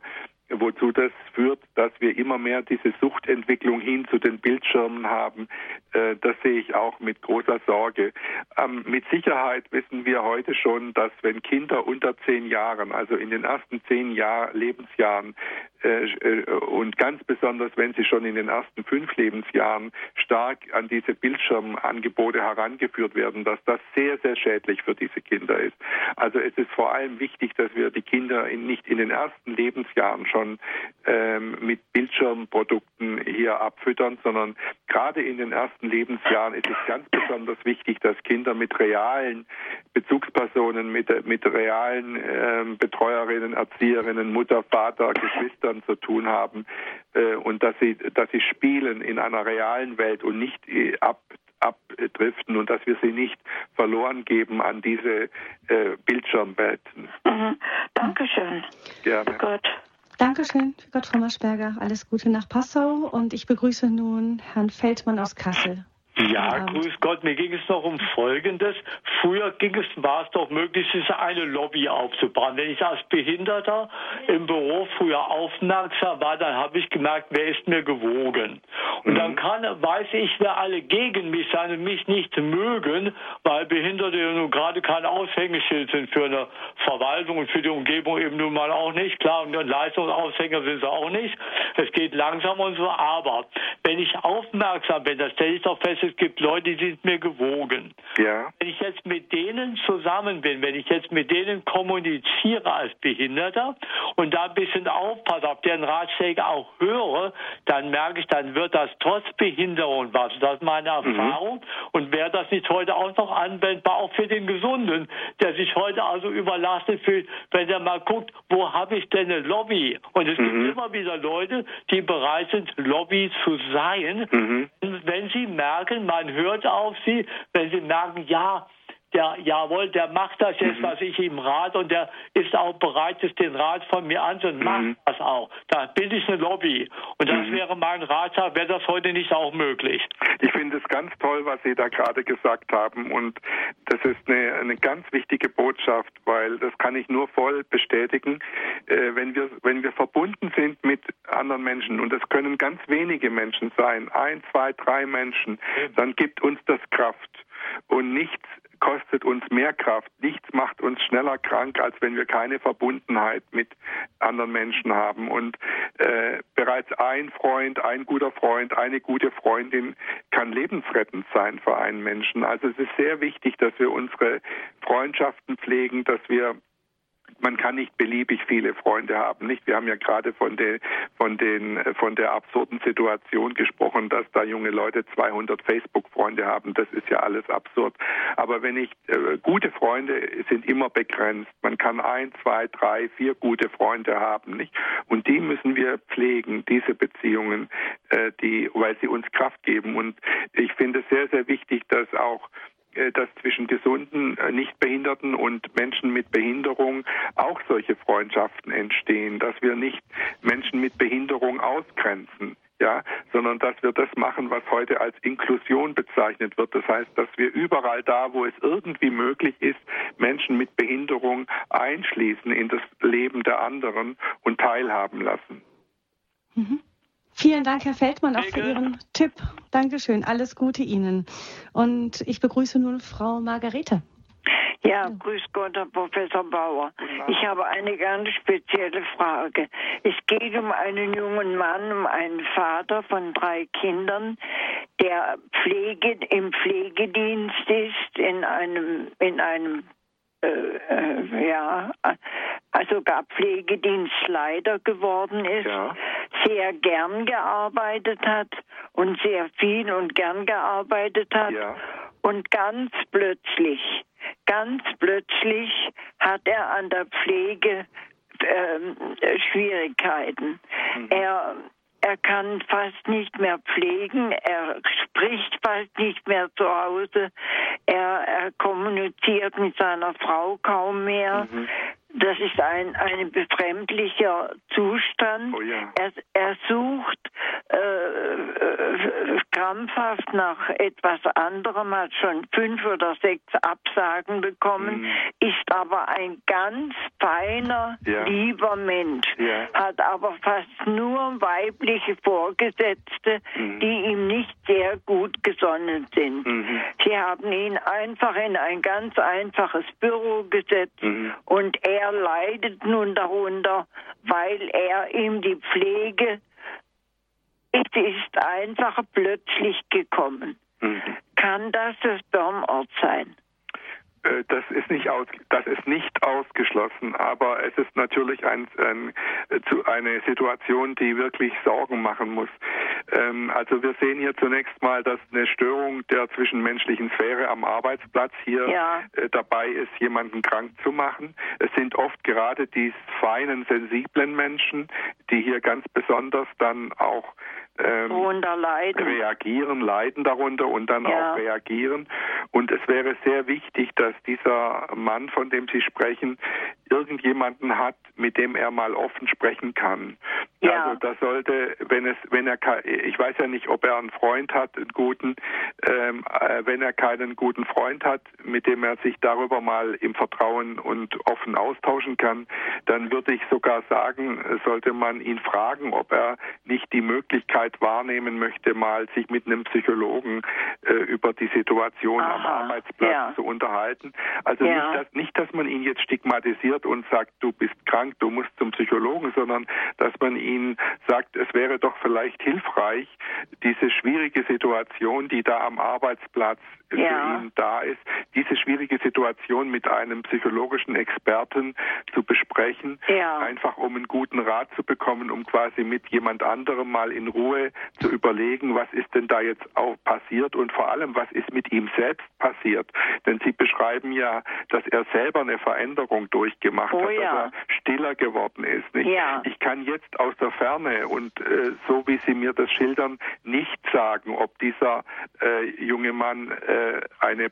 wozu das führt, dass wir immer mehr diese Suchtentwicklung hin zu den Bildschirmen haben. Äh, das sehe ich auch mit großer Sorge. Ähm, mit Sicherheit wissen wir heute schon, dass wenn Kinder unter zehn Jahren, also in den ersten zehn Jahr, Lebensjahren, äh, äh, und ganz besonders, wenn sie schon in den ersten fünf Lebensjahren stark an diese Bildschirmangebote herangeführt werden, dass das sehr, sehr schädlich für diese Kinder ist. Also es ist vor allem wichtig, dass wir die Kinder in, nicht in den ersten Lebensjahren schon ähm, mit Bildschirmprodukten hier abfüttern, sondern gerade in den ersten Lebensjahren ist es ganz besonders wichtig, dass Kinder mit realen Bezugspersonen, mit, mit realen ähm, Betreuerinnen, Erzieherinnen, Mutter, Vater, Geschwistern zu tun haben äh, und dass sie, dass sie spielen in einer realen Welt und nicht äh, ab abdriften und dass wir sie nicht verloren geben an diese äh, Bildschirmwelten. Mhm. Dankeschön. Gerne. Gott. Dankeschön, Gott, Frau Maschberger. Alles Gute nach Passau und ich begrüße nun Herrn Feldmann aus Kassel. Ja, grüß Gott. Mir ging es noch um Folgendes. Früher ging es, war es doch möglich, diese eine Lobby aufzubauen. Wenn ich als Behinderter im Büro früher aufmerksam war, dann habe ich gemerkt, wer ist mir gewogen. Und dann kann, weiß ich, wer alle gegen mich sein und mich nicht mögen, weil Behinderte ja nun gerade kein Aushängeschild sind für eine Verwaltung und für die Umgebung eben nun mal auch nicht. Klar, und Leistungsaufhänger sind sie auch nicht. Es geht langsam und so. Aber wenn ich aufmerksam bin, das stelle ich doch fest, es gibt Leute, die sind mir gewogen. Ja. Wenn ich jetzt mit denen zusammen bin, wenn ich jetzt mit denen kommuniziere als Behinderter und da ein bisschen aufpasse, auf deren Ratschläge auch höre, dann merke ich, dann wird das trotz Behinderung was. Das ist meine Erfahrung. Mhm. Und wäre das nicht heute auch noch anwendbar, auch für den Gesunden, der sich heute also überlastet fühlt, wenn er mal guckt, wo habe ich denn eine Lobby? Und es mhm. gibt immer wieder Leute, die bereit sind, Lobby zu sein, mhm. wenn sie merken, man hört auf sie, wenn sie merken, ja, der, jawohl, der macht das jetzt, mhm. was ich ihm rate und der ist auch bereit, den Rat von mir anzunehmen, mhm. macht das auch. Da bin ich eine Lobby. Und das mhm. wäre mein Ratschlag, wäre das heute nicht auch möglich. Ich finde es ganz toll, was Sie da gerade gesagt haben und das ist eine, eine ganz wichtige Botschaft, weil das kann ich nur voll bestätigen, äh, wenn wir, wenn wir verbunden sind mit anderen Menschen und das können ganz wenige Menschen sein, ein, zwei, drei Menschen, dann gibt uns das Kraft und nichts kostet uns mehr Kraft. Nichts macht uns schneller krank, als wenn wir keine Verbundenheit mit anderen Menschen haben. Und äh, bereits ein Freund, ein guter Freund, eine gute Freundin kann lebensrettend sein für einen Menschen. Also es ist sehr wichtig, dass wir unsere Freundschaften pflegen, dass wir Man kann nicht beliebig viele Freunde haben, nicht? Wir haben ja gerade von den, von den, von der absurden Situation gesprochen, dass da junge Leute zweihundert Facebook-Freunde haben. Das ist ja alles absurd. Aber wenn ich, äh, gute Freunde sind immer begrenzt. Man kann ein, zwei, drei, vier gute Freunde haben, nicht? Und die müssen wir pflegen, diese Beziehungen, äh, die, weil sie uns Kraft geben. Und ich finde es sehr, sehr wichtig, dass auch dass zwischen gesunden, Nichtbehinderten und Menschen mit Behinderung auch solche Freundschaften entstehen, dass wir nicht Menschen mit Behinderung ausgrenzen, ja, sondern dass wir das machen, was heute als Inklusion bezeichnet wird. Das heißt, dass wir überall da, wo es irgendwie möglich ist, Menschen mit Behinderung einschließen in das Leben der anderen und teilhaben lassen. Mhm. Vielen Dank, Herr Feldmann, auch für Ihren Tipp. Dankeschön, alles Gute Ihnen. Und ich begrüße nun Frau Margarete. Ja, grüß Gott, Herr Professor Bauer. Ich habe eine ganz spezielle Frage. Es geht um einen jungen Mann, um einen Vater von drei Kindern, der Pflege, im Pflegedienst ist, in einem, in einem Äh, ja, also gar Pflegedienstleiter geworden ist, ja. sehr gern gearbeitet hat und sehr viel und gern gearbeitet hat. Ja. Und ganz plötzlich, ganz plötzlich hat er an der Pflege äh, Schwierigkeiten. Mhm. Er Er kann fast nicht mehr pflegen, er spricht fast nicht mehr zu Hause, er, er kommuniziert mit seiner Frau kaum mehr. Mhm. Das ist ein, ein befremdlicher Zustand. Oh ja. er, er sucht äh, krampfhaft nach etwas anderem, hat schon fünf oder sechs Absagen bekommen, mhm. ist aber ein ganz feiner, ja. lieber Mensch, ja. hat aber fast nur weibliche Vorgesetzte, mhm. die ihm nicht sehr gut gesonnen sind. Mhm. Sie haben ihn einfach in ein ganz einfaches Büro gesetzt mhm. und er leidet nun darunter, weil er ihm die Pflege, es ist einfach plötzlich gekommen. Mhm. Kann das das Burnout sein? Das ist nicht aus, das ist nicht ausgeschlossen, aber es ist natürlich ein, ein, eine Situation, die wirklich Sorgen machen muss. Ähm, also wir sehen hier zunächst mal, dass eine Störung der zwischenmenschlichen Sphäre am Arbeitsplatz hier ja. äh, dabei ist, jemanden krank zu machen. Es sind oft gerade die feinen, sensiblen Menschen, die hier ganz besonders dann auch Ähm, leiden. reagieren, leiden darunter und dann ja. auch reagieren. Und es wäre sehr wichtig, dass dieser Mann, von dem Sie sprechen, irgendjemanden hat, mit dem er mal offen sprechen kann. Ja. Also das sollte, wenn es, wenn er, ich weiß ja nicht, ob er einen Freund hat, einen guten, ähm, wenn er keinen guten Freund hat, mit dem er sich darüber mal im Vertrauen und offen austauschen kann, dann würde ich sogar sagen, sollte man ihn fragen, ob er nicht die Möglichkeit wahrnehmen möchte, mal sich mit einem Psychologen äh, über die Situation Aha, am Arbeitsplatz ja. zu unterhalten. Also ja. nicht, dass, nicht, dass man ihn jetzt stigmatisiert und sagt, du bist krank, du musst zum Psychologen, sondern dass man ihn sagt, es wäre doch vielleicht hilfreich, diese schwierige Situation, die da am Arbeitsplatz ja. für ihn da ist, diese schwierige Situation mit einem psychologischen Experten zu besprechen, ja. einfach um einen guten Rat zu bekommen, um quasi mit jemand anderem mal in Ruhe zu überlegen, was ist denn da jetzt auch passiert und vor allem, was ist mit ihm selbst passiert. Denn Sie beschreiben ja, dass er selber eine Veränderung durchgemacht oh, hat, ja. dass er stiller geworden ist. Nicht? Ja. Ich kann jetzt aus der Ferne und äh, so wie Sie mir das schildern, nicht sagen, ob dieser äh, junge Mann äh, eine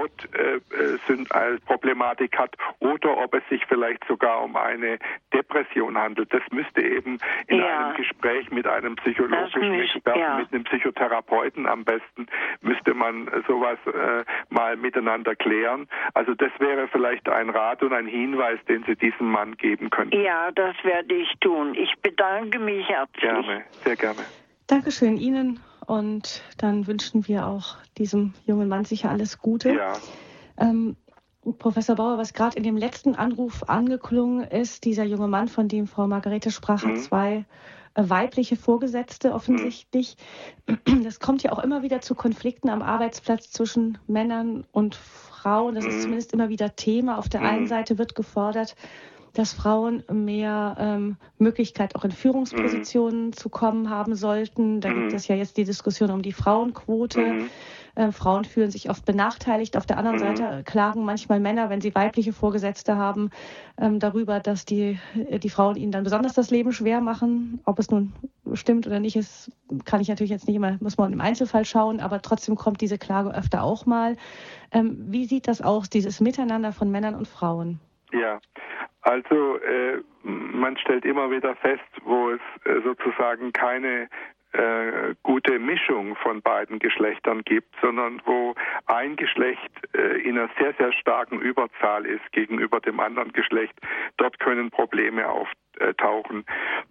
Burnout-Problematik äh, hat oder ob es sich vielleicht sogar um eine Depression handelt. Das müsste eben in ja. einem Gespräch mit einem psychologischen mich, Experten, ja. mit einem Psychotherapeuten am besten, müsste man sowas äh, mal miteinander klären. Also das wäre vielleicht ein Rat und ein Hinweis, den Sie diesem Mann geben könnten. Ja, das werde ich tun. Ich bedanke mich herzlich. Gerne, sehr gerne. Dankeschön Ihnen und dann wünschen wir auch diesem jungen Mann sicher alles Gute. Ja. Ähm, Professor Bauer, was gerade in dem letzten Anruf angeklungen ist, dieser junge Mann, von dem Frau Margarete sprach, mhm. hat zwei äh, weibliche Vorgesetzte offensichtlich. Mhm. Das kommt ja auch immer wieder zu Konflikten am Arbeitsplatz zwischen Männern und Frauen. Das mhm. ist zumindest immer wieder Thema. Auf der mhm. einen Seite wird gefordert, dass Frauen mehr ähm, Möglichkeit auch in Führungspositionen mhm. zu kommen haben sollten. Da mhm. gibt es ja jetzt die Diskussion um die Frauenquote. Mhm. Äh, Frauen fühlen sich oft benachteiligt. Auf der anderen mhm. Seite klagen manchmal Männer, wenn sie weibliche Vorgesetzte haben, ähm, darüber, dass die, die Frauen ihnen dann besonders das Leben schwer machen. Ob es nun stimmt oder nicht, ist, kann ich natürlich jetzt nicht immer, muss man im Einzelfall schauen, aber trotzdem kommt diese Klage öfter auch mal. Ähm, wie sieht das aus, dieses Miteinander von Männern und Frauen? Ja, also äh, man stellt immer wieder fest, wo es äh, sozusagen keine äh, gute Mischung von beiden Geschlechtern gibt, sondern wo ein Geschlecht äh, in einer sehr, sehr starken Überzahl ist gegenüber dem anderen Geschlecht. Dort können Probleme auftauchen.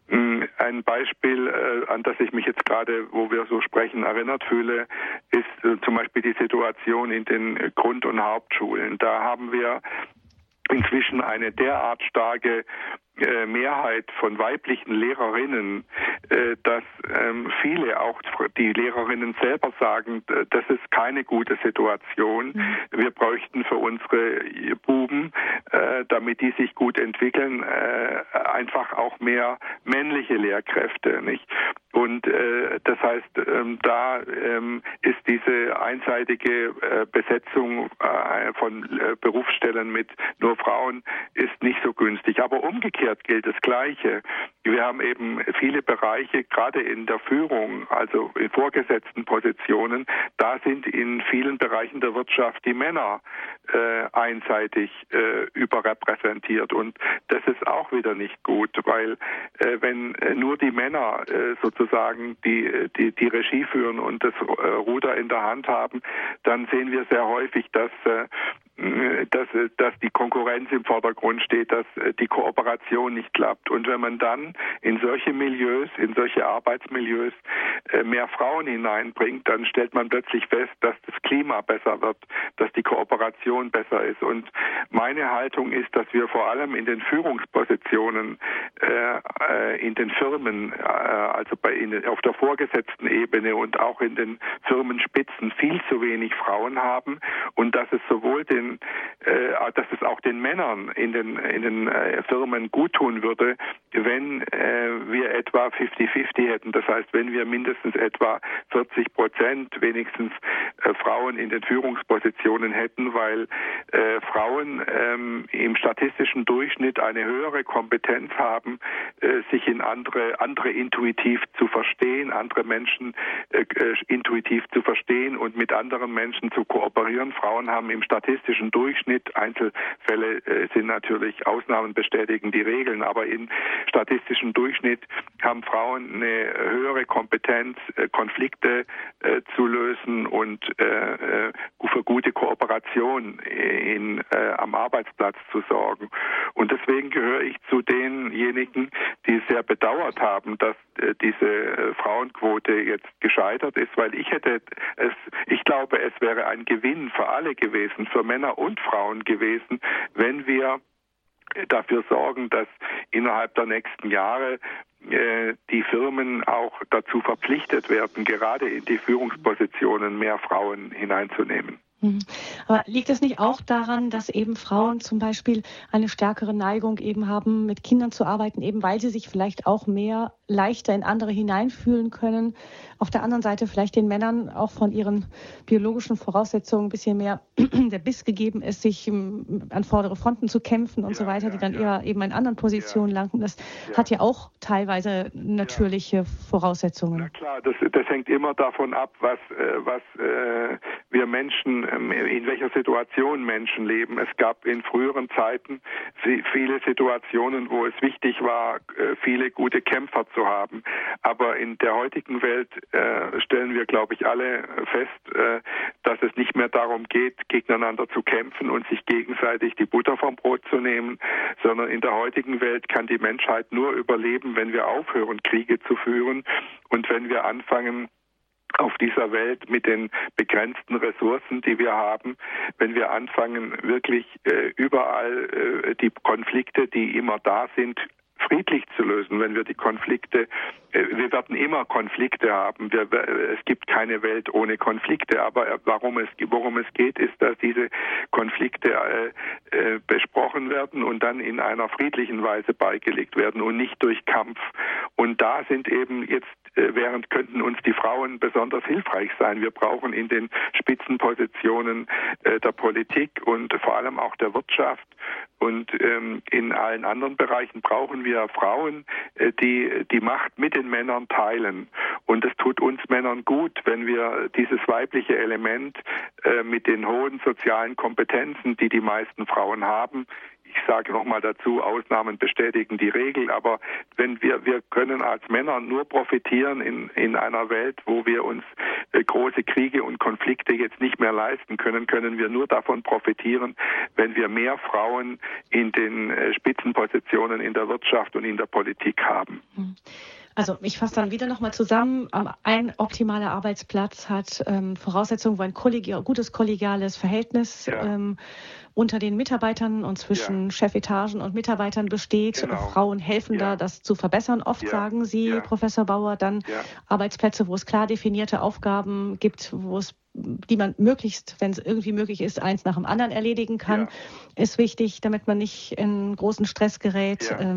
Ein Beispiel, äh, an das ich mich jetzt gerade, wo wir so sprechen, erinnert fühle, ist äh, zum Beispiel die Situation in den Grund- und Hauptschulen. Da haben wir inzwischen eine derart starke äh, Mehrheit von weiblichen Lehrerinnen, äh, dass ähm, viele, auch die Lehrerinnen selber sagen, das ist keine gute Situation. Mhm. Wir bräuchten für unsere Buben, äh, damit die sich gut entwickeln, äh, einfach auch mehr männliche Lehrkräfte, nicht? Und äh, das heißt, ähm, da ähm, ist diese einseitige äh, Besetzung äh, von äh, Berufsstellen mit nur Frauen ist nicht so günstig. Aber umgekehrt gilt das Gleiche. Wir haben eben viele Bereiche, gerade in der Führung, also in vorgesetzten Positionen, da sind in vielen Bereichen der Wirtschaft die Männer äh, einseitig äh, überrepräsentiert. Und das ist auch wieder nicht gut, weil äh, wenn äh, nur die Männer äh, sozusagen sozusagen die, die, die Regie führen und das äh, Ruder in der Hand haben, dann sehen wir sehr häufig, dass äh, Dass, dass die Konkurrenz im Vordergrund steht, dass die Kooperation nicht klappt. Und wenn man dann in solche Milieus, in solche Arbeitsmilieus mehr Frauen hineinbringt, dann stellt man plötzlich fest, dass das Klima besser wird, dass die Kooperation besser ist. Und meine Haltung ist, dass wir vor allem in den Führungspositionen, äh, in den Firmen, äh, also bei in, auf der vorgesetzten Ebene und auch in den Firmenspitzen viel zu wenig Frauen haben und dass es sowohl den Äh, dass es auch den Männern in den in den äh, Firmen gut tun würde, wenn äh, wir etwa fifty fifty hätten. Das heißt, wenn wir mindestens etwa vierzig Prozent wenigstens äh, Frauen in den Führungspositionen hätten, weil äh, Frauen ähm, im statistischen Durchschnitt eine höhere Kompetenz haben, äh, sich in andere andere intuitiv zu verstehen, andere Menschen äh, äh, intuitiv zu verstehen und mit anderen Menschen zu kooperieren. Frauen haben im statistischen Durchschnitt, Einzelfälle äh, sind natürlich Ausnahmen, bestätigen die Regeln, aber im statistischen Durchschnitt haben Frauen eine höhere Kompetenz, äh, Konflikte äh, zu lösen und äh, äh, für gute Kooperation in, äh, am Arbeitsplatz zu sorgen. Und deswegen gehöre ich zu denjenigen, die sehr bedauert haben, dass äh, diese äh, Frauenquote jetzt gescheitert ist, weil ich hätte es, ich glaube, es wäre ein Gewinn für alle gewesen, für Männer und Frauen gewesen, wenn wir dafür sorgen, dass innerhalb der nächsten Jahre äh, die Firmen auch dazu verpflichtet werden, gerade in die Führungspositionen mehr Frauen hineinzunehmen. Aber liegt es nicht auch daran, dass eben Frauen zum Beispiel eine stärkere Neigung eben haben, mit Kindern zu arbeiten, eben weil sie sich vielleicht auch mehr leichter in andere hineinfühlen können? Auf der anderen Seite vielleicht den Männern auch von ihren biologischen Voraussetzungen ein bisschen mehr der Biss gegeben ist, sich an vordere Fronten zu kämpfen und ja, so weiter, ja, die dann ja. eher eben in anderen Positionen ja. landen. Das ja. hat ja auch teilweise natürliche ja. Voraussetzungen. Na klar, das, das hängt immer davon ab, was, äh, was äh, wir Menschen, äh, in welcher Situation Menschen leben. Es gab in früheren Zeiten viele Situationen, wo es wichtig war, äh, viele gute Kämpfer zu haben. Aber in der heutigen Welt äh, stellen wir, glaube ich, alle fest, äh, dass es nicht mehr darum geht, gegeneinander zu kämpfen und sich gegenseitig die Butter vom Brot zu nehmen, sondern in der heutigen Welt kann die Menschheit nur überleben, wenn wir aufhören, Kriege zu führen und wenn wir anfangen, auf dieser Welt mit den begrenzten Ressourcen, die wir haben, wenn wir anfangen, wirklich äh, überall äh, die Konflikte, die immer da sind, friedlich zu lösen, wenn wir die Konflikte, äh, wir werden immer Konflikte haben. Wir, es gibt keine Welt ohne Konflikte, aber warum es, worum es geht, ist, dass diese Konflikte äh, äh, besprochen werden und dann in einer friedlichen Weise beigelegt werden und nicht durch Kampf. Und da sind eben jetzt, äh, während könnten uns die Frauen besonders hilfreich sein. Wir brauchen in den Spitzenpositionen äh, der Politik und vor allem auch der Wirtschaft und ähm, in allen anderen Bereichen brauchen wir Frauen, äh, die die Macht mit den Männern teilen. Und es tut uns Männern gut, wenn wir dieses weibliche Element äh, mit den hohen sozialen Kompetenzen, die die meisten Frauen haben, ich sage nochmal dazu, Ausnahmen bestätigen die Regel, aber wenn wir, wir können als Männer nur profitieren in, in einer Welt, wo wir uns äh, große Kriege und Konflikte jetzt nicht mehr leisten können, können wir nur davon profitieren, wenn wir mehr Frauen in den äh, Spitzenpositionen in der Wirtschaft und in der Politik haben. Also ich fasse dann wieder nochmal zusammen. Ein optimaler Arbeitsplatz hat ähm, Voraussetzungen, wo ein kollegial, gutes kollegiales Verhältnis ja. ähm, unter den Mitarbeitern und zwischen ja. Chefetagen und Mitarbeitern besteht. Genau. Frauen helfen ja. da, das zu verbessern. Oft ja. sagen Sie, ja. Professor Bauer, dann ja. Arbeitsplätze, wo es klar definierte Aufgaben gibt, wo es die man möglichst, wenn es irgendwie möglich ist, eins nach dem anderen erledigen kann, ja. ist wichtig, damit man nicht in großen Stress gerät. Ja.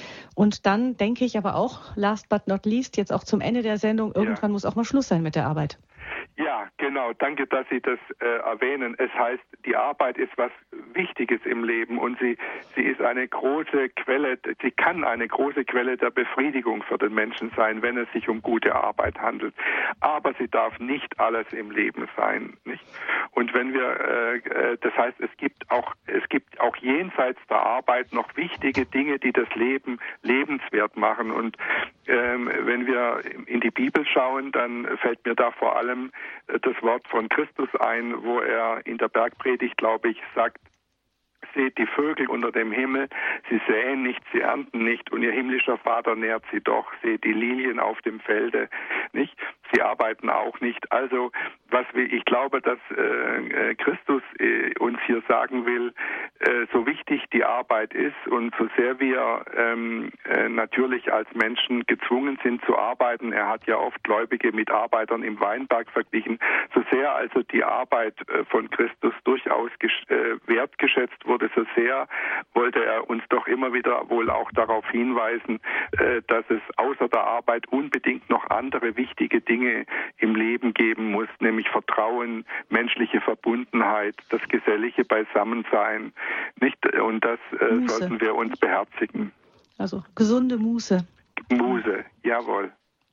Und dann denke ich aber auch, last but not least, jetzt auch zum Ende der Sendung, irgendwann ja. muss auch mal Schluss sein mit der Arbeit. Ja, genau. Danke, dass Sie das äh, erwähnen. Es heißt, die Arbeit ist was Wichtiges im Leben und sie, sie ist eine große Quelle, sie kann eine große Quelle der Befriedigung für den Menschen sein, wenn es sich um gute Arbeit handelt. Aber sie darf nicht alles im Leben sein, nicht? Und wenn wir, äh, das heißt, es gibt auch, es gibt auch jenseits der Arbeit noch wichtige Dinge, die das Leben lebenswert machen. Und ähm, wenn wir in die Bibel schauen, dann fällt mir da vor allem das Wort von Christus ein, wo er in der Bergpredigt, glaube ich, sagt, seht die Vögel unter dem Himmel, sie säen nicht, sie ernten nicht und ihr himmlischer Vater nährt sie doch. Seht die Lilien auf dem Felde, nicht? Sie arbeiten auch nicht. Also, was wir, ich glaube, dass äh, Christus äh, uns hier sagen will, äh, so wichtig die Arbeit ist und so sehr wir ähm, äh, natürlich als Menschen gezwungen sind zu arbeiten, er hat ja oft Gläubige mit Arbeitern im Weinberg verglichen, so sehr also die Arbeit äh, von Christus durchaus gesch- äh, wertgeschätzt wurde, so sehr wollte er uns doch immer wieder wohl auch darauf hinweisen, äh, dass es außer der Arbeit unbedingt noch andere wichtige Dinge im Leben geben muss, nämlich Vertrauen, menschliche Verbundenheit, das gesellige Beisammensein, nicht? Und das äh, sollten wir uns beherzigen. Also gesunde Muße. Muße, jawohl.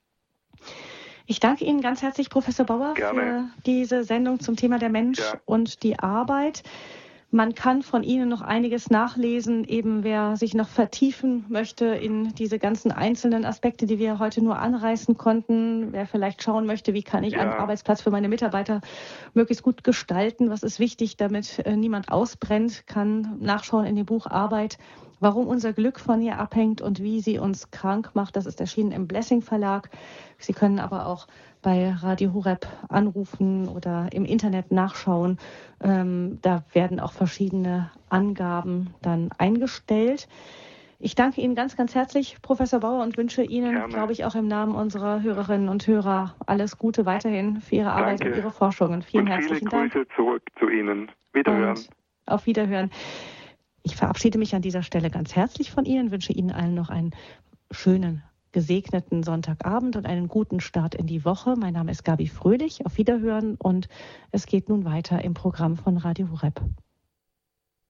Ich danke Ihnen ganz herzlich, Professor Bauer, Gerne. für diese Sendung zum Thema der Mensch Ja. und die Arbeit. Man kann von Ihnen noch einiges nachlesen, eben wer sich noch vertiefen möchte in diese ganzen einzelnen Aspekte, die wir heute nur anreißen konnten. Wer vielleicht schauen möchte, wie kann ich Ja. einen Arbeitsplatz für meine Mitarbeiter möglichst gut gestalten, was ist wichtig, damit äh, niemand ausbrennt, kann nachschauen in dem Buch Arbeit, warum unser Glück von ihr abhängt und wie sie uns krank macht. Das ist erschienen im Blessing Verlag. Sie können aber auch bei Radio Horeb anrufen oder im Internet nachschauen. Ähm, da werden auch verschiedene Angaben dann eingestellt. Ich danke Ihnen ganz, ganz herzlich, Professor Bauer, und wünsche Ihnen, Gerne. glaube ich, auch im Namen unserer Hörerinnen und Hörer alles Gute weiterhin für Ihre Arbeit Danke. und Ihre Forschungen. Vielen und herzlichen viele Dank. Grüße zurück zu Ihnen. Wiederhören. Und auf Wiederhören. Ich verabschiede mich an dieser Stelle ganz herzlich von Ihnen, wünsche Ihnen allen noch einen schönen, gesegneten Sonntagabend und einen guten Start in die Woche. Mein Name ist Gabi Fröhlich. Auf Wiederhören und es geht nun weiter im Programm von Radio Horeb.